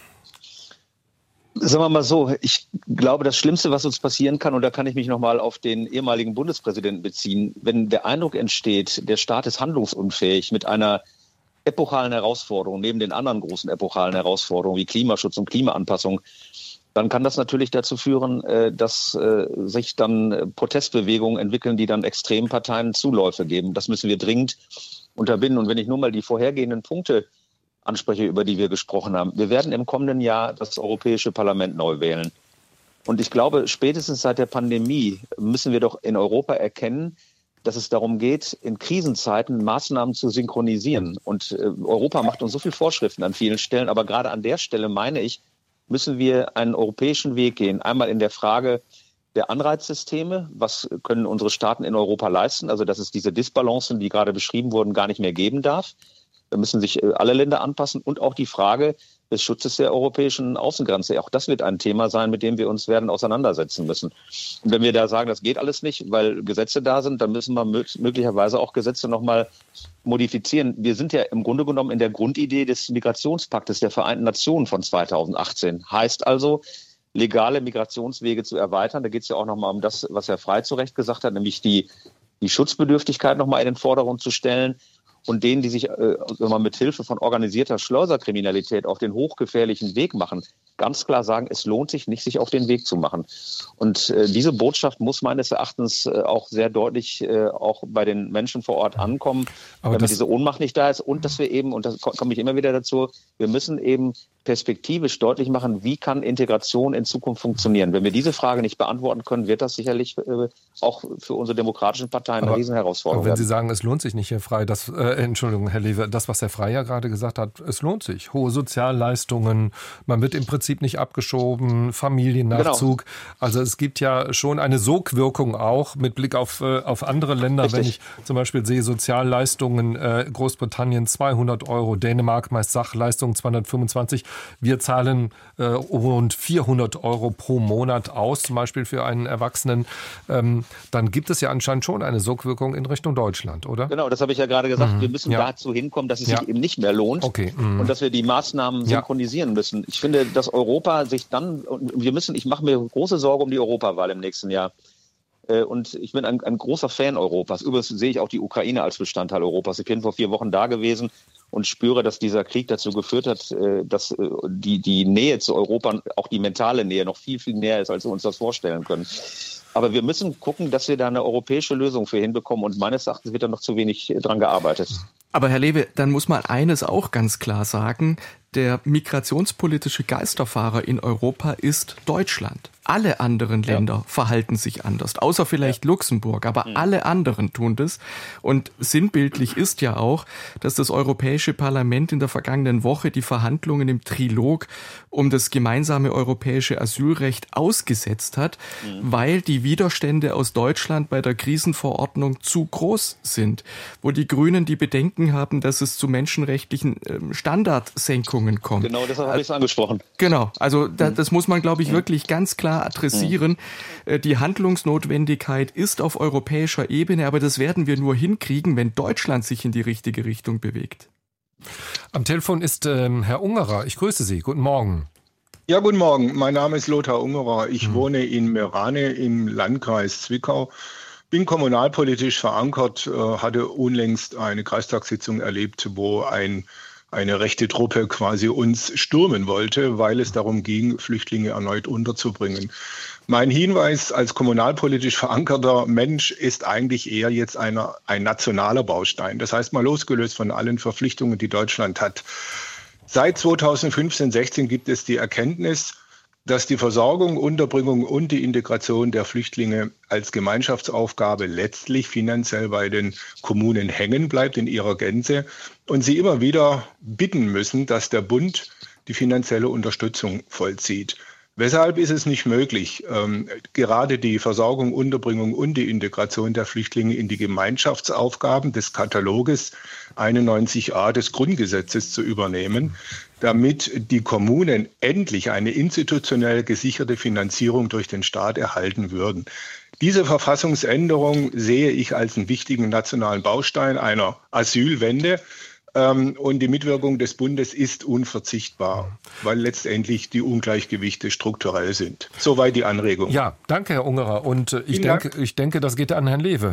Sagen wir mal so, ich glaube, das Schlimmste, was uns passieren kann, und da kann ich mich nochmal auf den ehemaligen Bundespräsidenten beziehen, wenn der Eindruck entsteht, der Staat ist handlungsunfähig mit einer epochalen Herausforderung, neben den anderen großen epochalen Herausforderungen wie Klimaschutz und Klimaanpassung, dann kann das natürlich dazu führen, dass sich dann Protestbewegungen entwickeln, die dann extremen Parteien Zuläufe geben. Das müssen wir dringend unterbinden. Und wenn ich nur mal die vorhergehenden Punkte anspreche, über die wir gesprochen haben. Wir werden im kommenden Jahr das Europäische Parlament neu wählen. Und ich glaube, spätestens seit der Pandemie müssen wir doch in Europa erkennen, dass es darum geht, in Krisenzeiten Maßnahmen zu synchronisieren. Und Europa macht uns so viele Vorschriften an vielen Stellen. Aber gerade an der Stelle, meine ich, müssen wir einen europäischen Weg gehen. Einmal in der Frage der Anreizsysteme. Was können unsere Staaten in Europa leisten? Also, dass es diese Disbalancen, die gerade beschrieben wurden, gar nicht mehr geben darf. Da müssen sich alle Länder anpassen. Und auch die Frage des Schutzes der europäischen Außengrenze. Auch das wird ein Thema sein, mit dem wir uns werden auseinandersetzen müssen. Und wenn wir da sagen, das geht alles nicht, weil Gesetze da sind, dann müssen wir möglicherweise auch Gesetze nochmal modifizieren. Wir sind ja im Grunde genommen in der Grundidee des Migrationspaktes der Vereinten Nationen von zweitausendachtzehn. Heißt also, legale Migrationswege zu erweitern. Da geht es ja auch nochmal um das, was Herr Frey zu Recht gesagt hat, nämlich die, die Schutzbedürftigkeit nochmal in den Vordergrund zu stellen. und denen, die sich äh, mit Hilfe von organisierter Schleuserkriminalität auf den hochgefährlichen Weg machen, ganz klar sagen, es lohnt sich nicht, sich auf den Weg zu machen. Und äh, diese Botschaft muss meines Erachtens äh, auch sehr deutlich äh, auch bei den Menschen vor Ort ankommen, Aber damit das diese Ohnmacht nicht da ist und dass wir eben, und da komme ich immer wieder dazu, wir müssen eben perspektivisch deutlich machen, wie kann Integration in Zukunft funktionieren. Wenn wir diese Frage nicht beantworten können, wird das sicherlich äh, auch für unsere demokratischen Parteien eine aber, Riesenherausforderung aber wenn werden. Sie sagen, es lohnt sich nicht, Herr Frey, das, äh, Entschuldigung, Herr Lewe, das, was Herr Frey ja gerade gesagt hat, es lohnt sich. Hohe Sozialleistungen, man wird im Prinzip nicht abgeschoben, Familiennachzug. Genau. Also es gibt ja schon eine Sogwirkung auch mit Blick auf, äh, auf andere Länder. Richtig. Wenn ich zum Beispiel sehe, Sozialleistungen, äh, Großbritannien zweihundert Euro, Dänemark meist Sachleistungen zweihundertfünfundzwanzig. Wir zahlen äh, rund vierhundert Euro pro Monat aus, zum Beispiel für einen Erwachsenen. Ähm, dann gibt es ja anscheinend schon eine Sogwirkung in Richtung Deutschland, oder? Genau, das habe ich ja gerade gesagt. Mhm. Wir müssen ja. dazu hinkommen, dass es ja. sich eben nicht mehr lohnt okay. mhm. und dass wir die Maßnahmen synchronisieren ja. müssen. Ich finde, dass Europa sich dann, und wir müssen, ich mache mir große Sorge um die Europawahl im nächsten Jahr. Und ich bin ein, ein großer Fan Europas. Übrigens sehe ich auch die Ukraine als Bestandteil Europas. Ich bin vor vier Wochen da gewesen und spüre, dass dieser Krieg dazu geführt hat, dass die, die Nähe zu Europa, auch die mentale Nähe, noch viel, viel näher ist, als wir uns das vorstellen können. Aber wir müssen gucken, dass wir da eine europäische Lösung für hinbekommen. Und meines Erachtens wird da noch zu wenig dran gearbeitet. Aber Herr Lewe, dann muss man eines auch ganz klar sagen. Der migrationspolitische Geisterfahrer in Europa ist Deutschland. Alle anderen Länder ja. verhalten sich anders, außer vielleicht ja. Luxemburg, aber mhm. alle anderen tun das. Und sinnbildlich ist ja auch, dass das Europäische Parlament in der vergangenen Woche die Verhandlungen im Trilog um das gemeinsame europäische Asylrecht ausgesetzt hat, mhm. weil die Widerstände aus Deutschland bei der Krisenverordnung zu groß sind, wo die Grünen die Bedenken haben, dass es zu menschenrechtlichen Standardsenkungen kommt. Genau, das habe ich angesprochen. Genau, also da, das muss man, glaube ich, wirklich ganz klar adressieren. Mhm. Die Handlungsnotwendigkeit ist auf europäischer Ebene, aber das werden wir nur hinkriegen, wenn Deutschland sich in die richtige Richtung bewegt. Am Telefon ist ähm, Herr Ungerer. Ich grüße Sie. Guten Morgen. Ja, guten Morgen. Mein Name ist Lothar Ungerer. Ich mhm. wohne in Merane im Landkreis Zwickau. Bin kommunalpolitisch verankert, hatte unlängst eine Kreistagssitzung erlebt, wo ein eine rechte Truppe quasi uns stürmen wollte, weil es darum ging, Flüchtlinge erneut unterzubringen. Mein Hinweis als kommunalpolitisch verankerter Mensch ist eigentlich eher jetzt einer, ein nationaler Baustein. Das heißt mal losgelöst von allen Verpflichtungen, die Deutschland hat. Seit zweitausendfünfzehn sechzehn gibt es die Erkenntnis, dass die Versorgung, Unterbringung und die Integration der Flüchtlinge als Gemeinschaftsaufgabe letztlich finanziell bei den Kommunen hängen bleibt in ihrer Gänze und sie immer wieder bitten müssen, dass der Bund die finanzielle Unterstützung vollzieht. Weshalb ist es nicht möglich, ähm, gerade die Versorgung, Unterbringung und die Integration der Flüchtlinge in die Gemeinschaftsaufgaben des Kataloges einundneunzig a des Grundgesetzes zu übernehmen, damit die Kommunen endlich eine institutionell gesicherte Finanzierung durch den Staat erhalten würden. Diese Verfassungsänderung sehe ich als einen wichtigen nationalen Baustein einer Asylwende. Und die Mitwirkung des Bundes ist unverzichtbar, weil letztendlich die Ungleichgewichte strukturell sind. Soweit die Anregung. Ja, danke, Herr Ungerer. Und ich denke, ich denke, das geht an Herrn Lewe.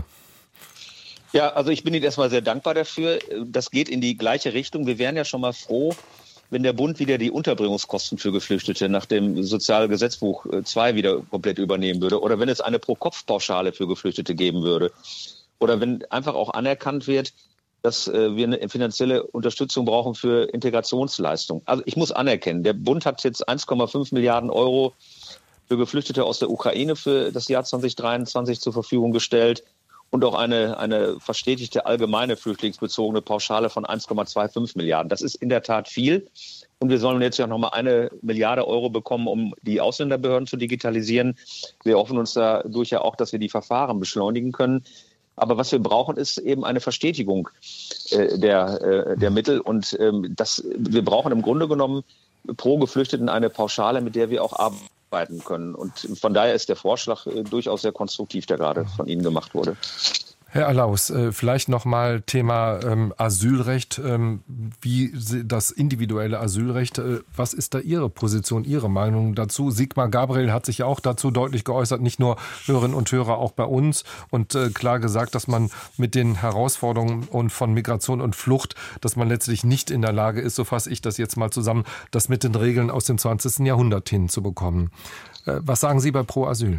Ja, also ich bin Ihnen erstmal sehr dankbar dafür. Das geht in die gleiche Richtung. Wir wären ja schon mal froh, wenn der Bund wieder die Unterbringungskosten für Geflüchtete nach dem Sozialgesetzbuch zwei wieder komplett übernehmen würde. Oder wenn es eine Pro-Kopf-Pauschale für Geflüchtete geben würde. Oder wenn einfach auch anerkannt wird, dass äh, wir eine finanzielle Unterstützung brauchen für Integrationsleistung. Also ich muss anerkennen, der Bund hat jetzt eins Komma fünf Milliarden Euro für Geflüchtete aus der Ukraine für das Jahr zweitausenddreiundzwanzig zur Verfügung gestellt und auch eine, eine verstetigte allgemeine flüchtlingsbezogene Pauschale von eins Komma fünfundzwanzig Milliarden. Das ist in der Tat viel. Und wir sollen jetzt ja noch mal eine Milliarde Euro bekommen, um die Ausländerbehörden zu digitalisieren. Wir hoffen uns dadurch ja auch, dass wir die Verfahren beschleunigen können. Aber was wir brauchen, ist eben eine Verstetigung äh, der, äh, der Mittel. Und ähm, das, wir brauchen im Grunde genommen pro Geflüchteten eine Pauschale, mit der wir auch arbeiten können. Und von daher ist der Vorschlag äh, durchaus sehr konstruktiv, der gerade von Ihnen gemacht wurde. Herr Alaus, vielleicht nochmal Thema ähm, Asylrecht, ähm, wie das individuelle Asylrecht. Äh, was ist da Ihre Position, Ihre Meinung dazu? Sigmar Gabriel hat sich ja auch dazu deutlich geäußert, nicht nur Hörerinnen und Hörer, auch bei uns, und äh, klar gesagt, dass man mit den Herausforderungen und von Migration und Flucht, dass man letztlich nicht in der Lage ist, so fasse ich das jetzt mal zusammen, das mit den Regeln aus dem zwanzigsten Jahrhundert hinzubekommen. Äh, was sagen Sie bei Pro Asyl?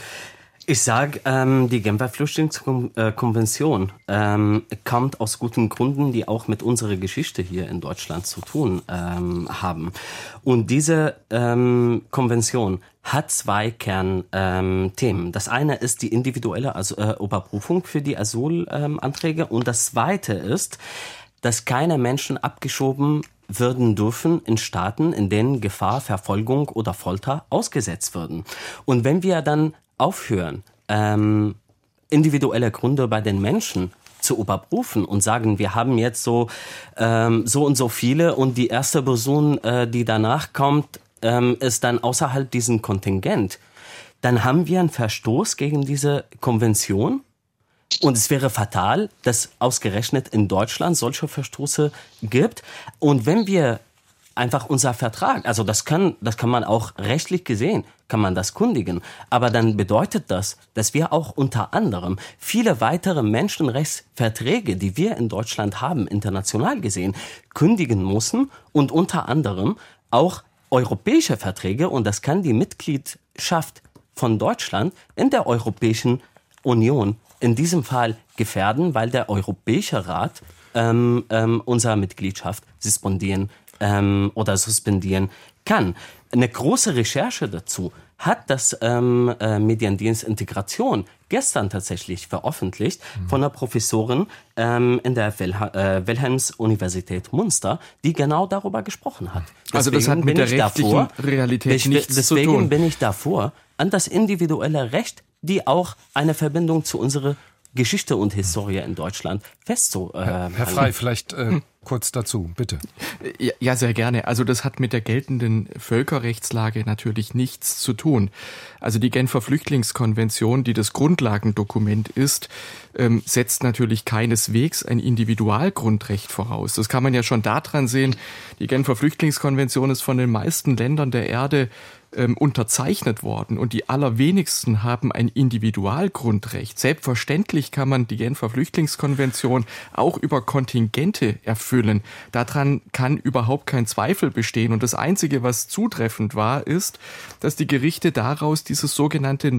Ich sage, ähm, die Genfer Flüchtlingskonvention ähm, kommt aus guten Gründen, die auch mit unserer Geschichte hier in Deutschland zu tun ähm, haben. Und diese ähm, Konvention hat zwei Kernthemen. Ähm, das eine ist die individuelle As- äh, Überprüfung für die Asylanträge ähm, und das zweite ist, dass keine Menschen abgeschoben würden dürfen in Staaten, in denen Gefahr, Verfolgung oder Folter ausgesetzt würden. Und wenn wir dann aufhören, ähm, individuelle Gründe bei den Menschen zu überprüfen und sagen, wir haben jetzt so ähm, so und so viele und die erste Person, äh, die danach kommt, ähm, ist dann außerhalb diesem Kontingent, dann haben wir einen Verstoß gegen diese Konvention. Und es wäre fatal, dass ausgerechnet in Deutschland solche Verstoße gibt. Und wenn wir einfach unser Vertrag, also das kann, das kann man auch rechtlich gesehen, kann man das kündigen. Aber dann bedeutet das, dass wir auch unter anderem viele weitere Menschenrechtsverträge, die wir in Deutschland haben, international gesehen, kündigen müssen und unter anderem auch europäische Verträge. Und das kann die Mitgliedschaft von Deutschland in der Europäischen Union in diesem Fall gefährden, weil der Europäische Rat ähm, ähm, unsere Mitgliedschaft suspendieren ähm, oder suspendieren kann. Eine große Recherche dazu hat das ähm, äh, Mediendienst Integration gestern tatsächlich veröffentlicht mhm. von einer Professorin ähm, in der Wilha- äh, Wilhelms-Universität Münster, die genau darüber gesprochen hat. Deswegen also das hat mit der rechtlichen davor, Realität nichts zu tun. Deswegen bin ich davor, an das individuelle Recht, die auch eine Verbindung zu unserer Geschichte und Historie in Deutschland festzuhalten. Herr, Herr Frey, vielleicht äh, kurz dazu, bitte. Ja, ja, sehr gerne. Also das hat mit der geltenden Völkerrechtslage natürlich nichts zu tun. Also die Genfer Flüchtlingskonvention, die das Grundlagendokument ist, ähm, setzt natürlich keineswegs ein Individualgrundrecht voraus. Das kann man ja schon daran sehen, die Genfer Flüchtlingskonvention ist von den meisten Ländern der Erde ähm, unterzeichnet worden und die allerwenigsten haben ein Individualgrundrecht. Selbstverständlich kann man die Genfer Flüchtlingskonvention auch über Kontingente erfüllen. Daran kann überhaupt kein Zweifel bestehen. Und das Einzige, was zutreffend war, ist, dass die Gerichte daraus dieses sogenannte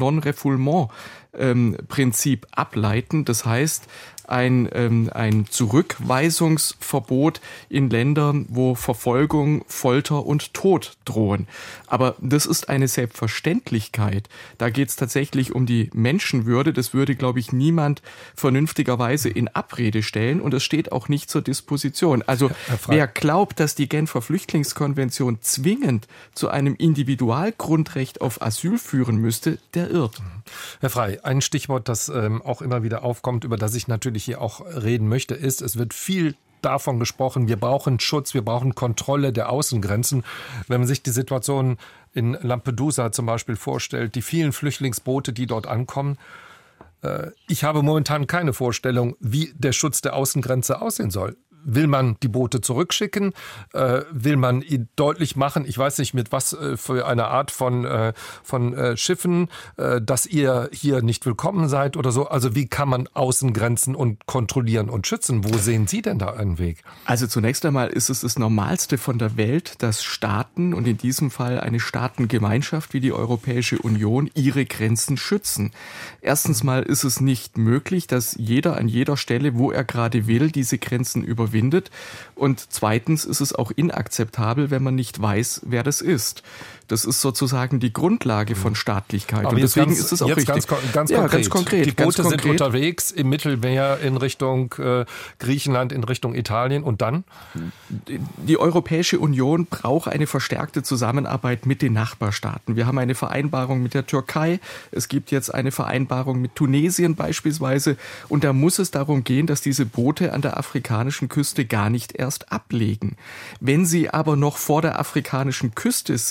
Non-Refoulement-Prinzip ableiten. Das heißt, ein, ähm, ein Zurückweisungsverbot in Ländern, wo Verfolgung, Folter und Tod drohen. Aber das ist eine Selbstverständlichkeit. Da geht es tatsächlich um die Menschenwürde. Das würde, glaube ich, niemand vernünftigerweise in Abrede stellen. Und es steht auch nicht zur Disposition. Also wer glaubt, dass die Genfer Flüchtlingskonvention zwingend zu einem Individualgrundrecht auf Asyl führen müsste, der irrt. Herr Frey, ein Stichwort, das ähm, auch immer wieder aufkommt, über das ich natürlich hier auch reden möchte, ist, es wird viel davon gesprochen, wir brauchen Schutz, wir brauchen Kontrolle der Außengrenzen. Wenn man sich die Situation in Lampedusa zum Beispiel vorstellt, die vielen Flüchtlingsboote, die dort ankommen, äh, ich habe momentan keine Vorstellung, wie der Schutz der Außengrenze aussehen soll. Will man die Boote zurückschicken? Äh, will man deutlich machen, ich weiß nicht mit was äh, für eine Art von, äh, von äh, Schiffen, äh, dass ihr hier nicht willkommen seid oder so? Also wie kann man Außengrenzen und kontrollieren und schützen? Wo sehen Sie denn da einen Weg? Also zunächst einmal ist es das Normalste von der Welt, dass Staaten und in diesem Fall eine Staatengemeinschaft wie die Europäische Union ihre Grenzen schützen. Erstens mal ist es nicht möglich, dass jeder an jeder Stelle, wo er gerade will, diese Grenzen überwindet. Und zweitens ist es auch inakzeptabel, wenn man nicht weiß, wer das ist. Das ist sozusagen die Grundlage von Staatlichkeit. Aber und deswegen ganz, ist es auch jetzt richtig. Ganz, ganz, ja, konkret. ganz konkret. Die Boote ganz sind konkret. unterwegs im Mittelmeer in Richtung äh, Griechenland, in Richtung Italien und dann? Die, die Europäische Union braucht eine verstärkte Zusammenarbeit mit den Nachbarstaaten. Wir haben eine Vereinbarung mit der Türkei. Es gibt jetzt eine Vereinbarung mit Tunesien beispielsweise. Und da muss es darum gehen, dass diese Boote an der afrikanischen Küste gar nicht erst ablegen. Wenn sie aber noch vor der afrikanischen Küste sind und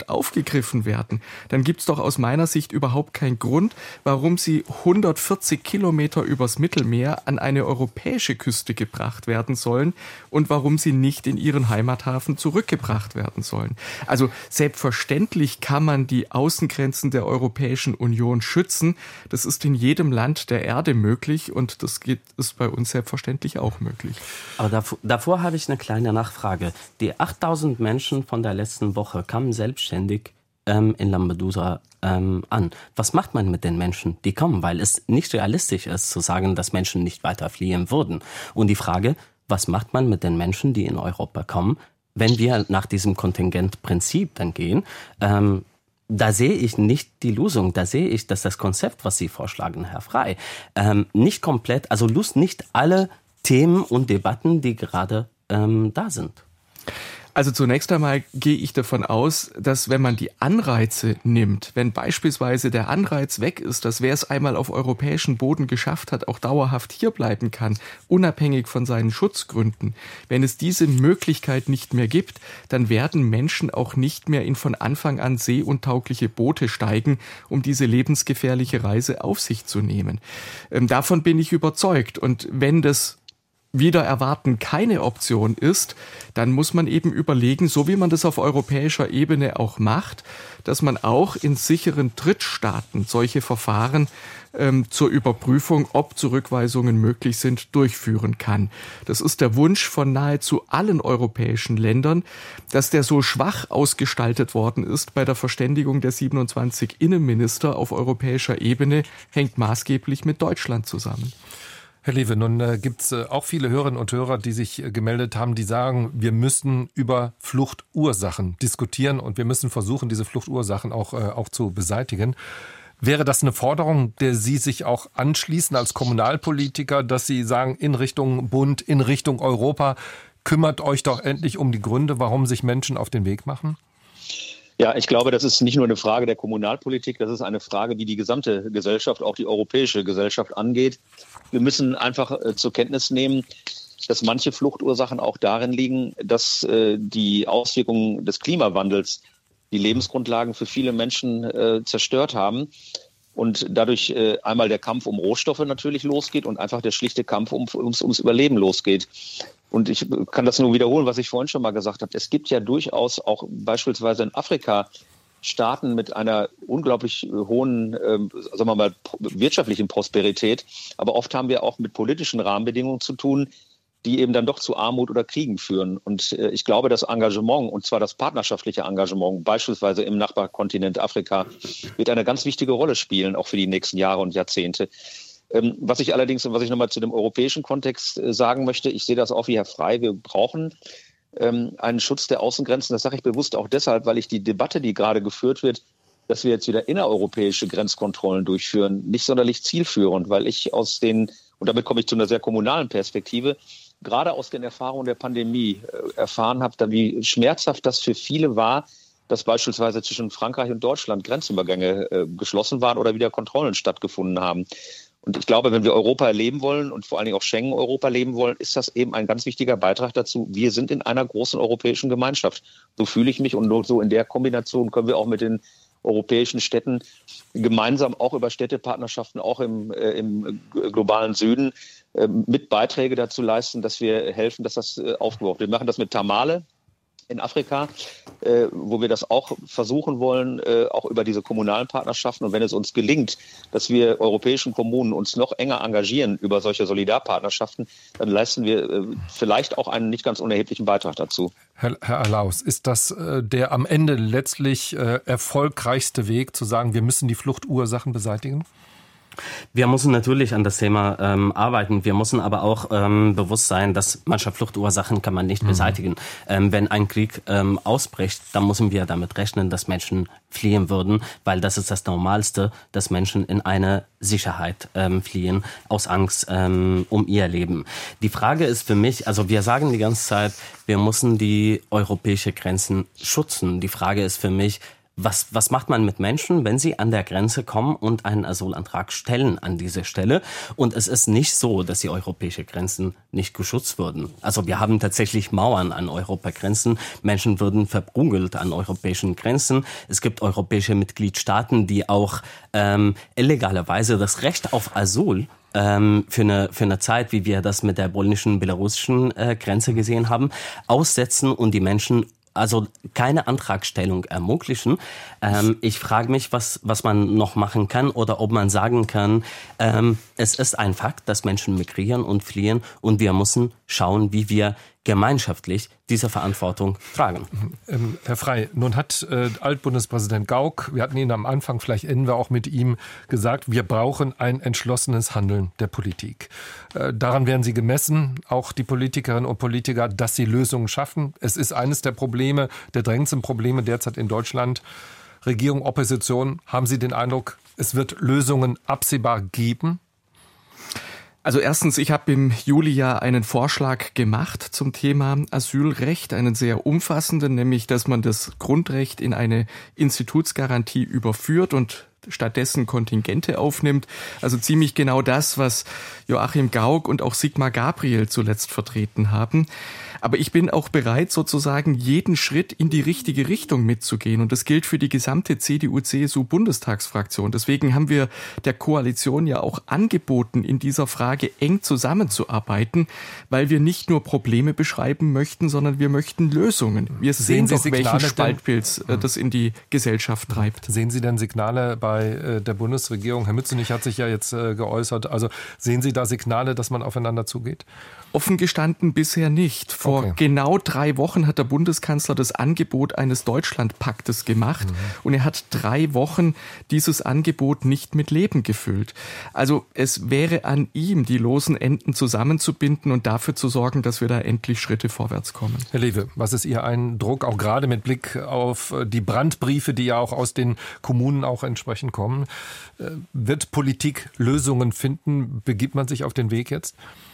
nicht aufgegriffen werden, dann gibt es doch aus meiner Sicht überhaupt keinen Grund, warum sie hundertvierzig Kilometer übers Mittelmeer an eine europäische Küste gebracht werden sollen und warum sie nicht in ihren Heimathafen zurückgebracht werden sollen. Also selbstverständlich kann man die Außengrenzen der Europäischen Union schützen. Das ist in jedem Land der Erde möglich und das geht, ist bei uns selbstverständlich auch möglich. Aber davor, davor habe ich eine kleine Nachfrage. Die achttausend Menschen von der letzten Woche kamen selbstständig ähm, in Lampedusa ähm, an. Was macht man mit den Menschen, die kommen? Weil es nicht realistisch ist, zu sagen, dass Menschen nicht weiter fliehen würden. Und die Frage, was macht man mit den Menschen, die in Europa kommen, wenn wir nach diesem Kontingentprinzip dann gehen? Ähm, Da sehe ich nicht die Lösung. Da sehe ich, dass das Konzept, was Sie vorschlagen, Herr Frey, ähm, nicht komplett, also löst nicht alle Themen und Debatten, die gerade ähm, da sind. Also zunächst einmal gehe ich davon aus, dass wenn man die Anreize nimmt, wenn beispielsweise der Anreiz weg ist, dass wer es einmal auf europäischen Boden geschafft hat, auch dauerhaft hier bleiben kann, unabhängig von seinen Schutzgründen, wenn es diese Möglichkeit nicht mehr gibt, dann werden Menschen auch nicht mehr in von Anfang an seeuntaugliche Boote steigen, um diese lebensgefährliche Reise auf sich zu nehmen. Ähm, davon bin ich überzeugt. Und wenn das wieder erwarten keine Option ist, dann muss man eben überlegen, so wie man das auf europäischer Ebene auch macht, dass man auch in sicheren Drittstaaten solche Verfahren ähm, zur Überprüfung, ob Zurückweisungen möglich sind, durchführen kann. Das ist der Wunsch von nahezu allen europäischen Ländern. Dass der so schwach ausgestaltet worden ist bei der Verständigung der siebenundzwanzig Innenminister auf europäischer Ebene, hängt maßgeblich mit Deutschland zusammen. Herr Lewe, nun äh, gibt es äh, auch viele Hörerinnen und Hörer, die sich äh, gemeldet haben, die sagen, wir müssen über Fluchtursachen diskutieren und wir müssen versuchen, diese Fluchtursachen auch, äh, auch zu beseitigen. Wäre das eine Forderung, der Sie sich auch anschließen als Kommunalpolitiker, dass Sie sagen, in Richtung Bund, in Richtung Europa, kümmert euch doch endlich um die Gründe, warum sich Menschen auf den Weg machen? Ja, ich glaube, das ist nicht nur eine Frage der Kommunalpolitik, das ist eine Frage, die die gesamte Gesellschaft, auch die europäische Gesellschaft angeht. Wir müssen einfach äh, zur Kenntnis nehmen, dass manche Fluchtursachen auch darin liegen, dass äh, die Auswirkungen des Klimawandels die Lebensgrundlagen für viele Menschen äh, zerstört haben und dadurch äh, einmal der Kampf um Rohstoffe natürlich losgeht und einfach der schlichte Kampf um, ums, ums Überleben losgeht. Und ich kann das nur wiederholen, was ich vorhin schon mal gesagt habe. Es gibt ja durchaus auch beispielsweise in Afrika Staaten mit einer unglaublich hohen, äh, sagen wir mal, wirtschaftlichen Prosperität. Aber oft haben wir auch mit politischen Rahmenbedingungen zu tun, die eben dann doch zu Armut oder Kriegen führen. Und äh, ich glaube, das Engagement, und zwar das partnerschaftliche Engagement, beispielsweise im Nachbarkontinent Afrika, wird eine ganz wichtige Rolle spielen, auch für die nächsten Jahre und Jahrzehnte. Ähm, was ich allerdings, und was ich nochmal zu dem europäischen Kontext äh, sagen möchte, ich sehe das auch wie Herr Frey, wir brauchen ähm, einen Schutz der Außengrenzen. Das sage ich bewusst auch deshalb, weil ich die Debatte, die gerade geführt wird, dass wir jetzt wieder innereuropäische Grenzkontrollen durchführen, nicht sonderlich zielführend, weil ich aus den, und damit komme ich zu einer sehr kommunalen Perspektive, gerade aus den Erfahrungen der Pandemie äh, erfahren habe, wie schmerzhaft das für viele war, dass beispielsweise zwischen Frankreich und Deutschland Grenzübergänge äh, geschlossen waren oder wieder Kontrollen stattgefunden haben. Und ich glaube, wenn wir Europa erleben wollen und vor allen Dingen auch Schengen-Europa leben wollen, ist das eben ein ganz wichtiger Beitrag dazu. Wir sind in einer großen europäischen Gemeinschaft. So fühle ich mich und nur so in der Kombination können wir auch mit den europäischen Städten gemeinsam auch über Städtepartnerschaften, auch im, äh, im globalen Süden, äh, mit Beiträge dazu leisten, dass wir helfen, dass das äh, aufgebaut wird. Wir machen das mit Tamale in Afrika, äh, wo wir das auch versuchen wollen, äh, auch über diese kommunalen Partnerschaften. Und wenn es uns gelingt, dass wir europäischen Kommunen uns noch enger engagieren über solche Solidarpartnerschaften, dann leisten wir äh, vielleicht auch einen nicht ganz unerheblichen Beitrag dazu. Herr, Herr Alaus, ist das äh, der am Ende letztlich äh, erfolgreichste Weg, zu sagen, wir müssen die Fluchtursachen beseitigen? Wir müssen natürlich an das Thema ähm, arbeiten. Wir müssen aber auch ähm, bewusst sein, dass manche Fluchtursachen kann man nicht mhm. beseitigen. Ähm, wenn ein Krieg ähm, ausbricht, dann müssen wir damit rechnen, dass Menschen fliehen würden, weil das ist das Normalste, dass Menschen in eine Sicherheit ähm, fliehen, aus Angst ähm, um ihr Leben. Die Frage ist für mich, also wir sagen die ganze Zeit, wir müssen die europäischen Grenzen schützen. Die Frage ist für mich, Was, was macht man mit Menschen, wenn sie an der Grenze kommen und einen Asylantrag stellen an diese Stelle? Und es ist nicht so, dass die europäischen Grenzen nicht geschützt würden. Also wir haben tatsächlich Mauern an Europagrenzen. Menschen würden verprügelt an europäischen Grenzen. Es gibt europäische Mitgliedstaaten, die auch ähm, illegalerweise das Recht auf Asyl ähm, für eine, für eine Zeit, wie wir das mit der polnischen, belarussischen äh, Grenze gesehen haben, aussetzen und die Menschen also keine Antragstellung ermöglichen. Ähm, ich frage mich, was, was man noch machen kann oder ob man sagen kann, ähm, es ist ein Fakt, dass Menschen migrieren und fliehen und wir müssen schauen, wie wir gemeinschaftlich diese Verantwortung tragen. Ähm, Herr Frey, nun hat äh, Altbundespräsident Gauck, wir hatten ihn am Anfang, vielleicht enden wir auch mit ihm, gesagt, wir brauchen ein entschlossenes Handeln der Politik. Äh, daran werden Sie gemessen, auch die Politikerinnen und Politiker, dass sie Lösungen schaffen. Es ist eines der Probleme, der drängendsten Probleme derzeit in Deutschland. Regierung, Opposition, haben Sie den Eindruck, es wird Lösungen absehbar geben? Also erstens, ich habe im Juli ja einen Vorschlag gemacht zum Thema Asylrecht, einen sehr umfassenden, nämlich, dass man das Grundrecht in eine Institutsgarantie überführt und stattdessen Kontingente aufnimmt. Also ziemlich genau das, was Joachim Gauck und auch Sigmar Gabriel zuletzt vertreten haben. Aber ich bin auch bereit, sozusagen jeden Schritt in die richtige Richtung mitzugehen. Und das gilt für die gesamte C D U C S U-Bundestagsfraktion. Deswegen haben wir der Koalition ja auch angeboten, in dieser Frage eng zusammenzuarbeiten, weil wir nicht nur Probleme beschreiben möchten, sondern wir möchten Lösungen. Wir sehen, sehen doch, welchen Spaltpilz denn, das in die Gesellschaft treibt. Sehen Sie denn Signale bei der Bundesregierung? Herr Mützenich hat sich ja jetzt geäußert. Also sehen Sie da Signale, dass man aufeinander zugeht? Offen gestanden bisher nicht. Vor okay. genau drei Wochen hat der Bundeskanzler das Angebot eines Deutschlandpaktes gemacht mhm. und er hat drei Wochen dieses Angebot nicht mit Leben gefüllt. Also es wäre an ihm, die losen Enden zusammenzubinden und dafür zu sorgen, dass wir da endlich Schritte vorwärts kommen. Herr Lewe, was ist Ihr Eindruck, auch gerade mit Blick auf die Brandbriefe, die ja auch aus den Kommunen auch entsprechend kommen? Wird Politik Lösungen finden? Begibt man sich auf den Weg jetzt?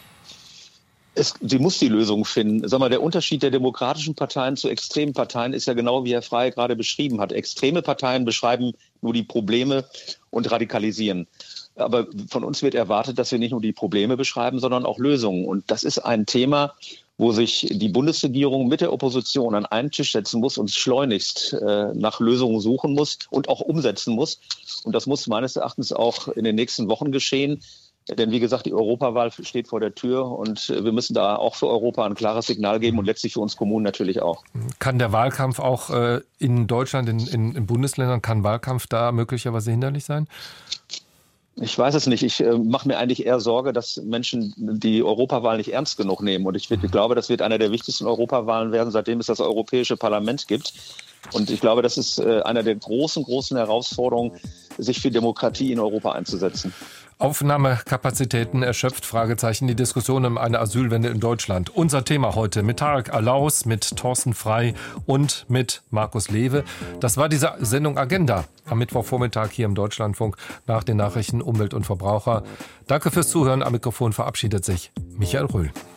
Es, sie muss die Lösung finden. Sag mal, der Unterschied der demokratischen Parteien zu extremen Parteien ist ja genau, wie Herr Frey gerade beschrieben hat. Extreme Parteien beschreiben nur die Probleme und radikalisieren. Aber von uns wird erwartet, dass wir nicht nur die Probleme beschreiben, sondern auch Lösungen. Und das ist ein Thema, wo sich die Bundesregierung mit der Opposition an einen Tisch setzen muss und schleunigst äh, nach Lösungen suchen muss und auch umsetzen muss. Und das muss meines Erachtens auch in den nächsten Wochen geschehen. Denn wie gesagt, die Europawahl steht vor der Tür und wir müssen da auch für Europa ein klares Signal geben und letztlich für uns Kommunen natürlich auch. Kann der Wahlkampf auch äh, in Deutschland, in, in, in Bundesländern, kann Wahlkampf da möglicherweise hinderlich sein? Ich weiß es nicht. Ich äh, mache mir eigentlich eher Sorge, dass Menschen die Europawahl nicht ernst genug nehmen. Und ich, ich glaube, das wird einer der wichtigsten Europawahlen werden, seitdem es das Europäische Parlament gibt. Und ich glaube, das ist äh, einer der großen, großen Herausforderungen, sich für Demokratie in Europa einzusetzen. Aufnahmekapazitäten erschöpft, Fragezeichen, die Diskussion um eine Asylwende in Deutschland. Unser Thema heute mit Tarek Alaus, mit Thorsten Frey und mit Markus Lewe. Das war diese Sendung Agenda am Mittwochvormittag hier im Deutschlandfunk nach den Nachrichten Umwelt und Verbraucher. Danke fürs Zuhören. Am Mikrofon verabschiedet sich Michael Röhl.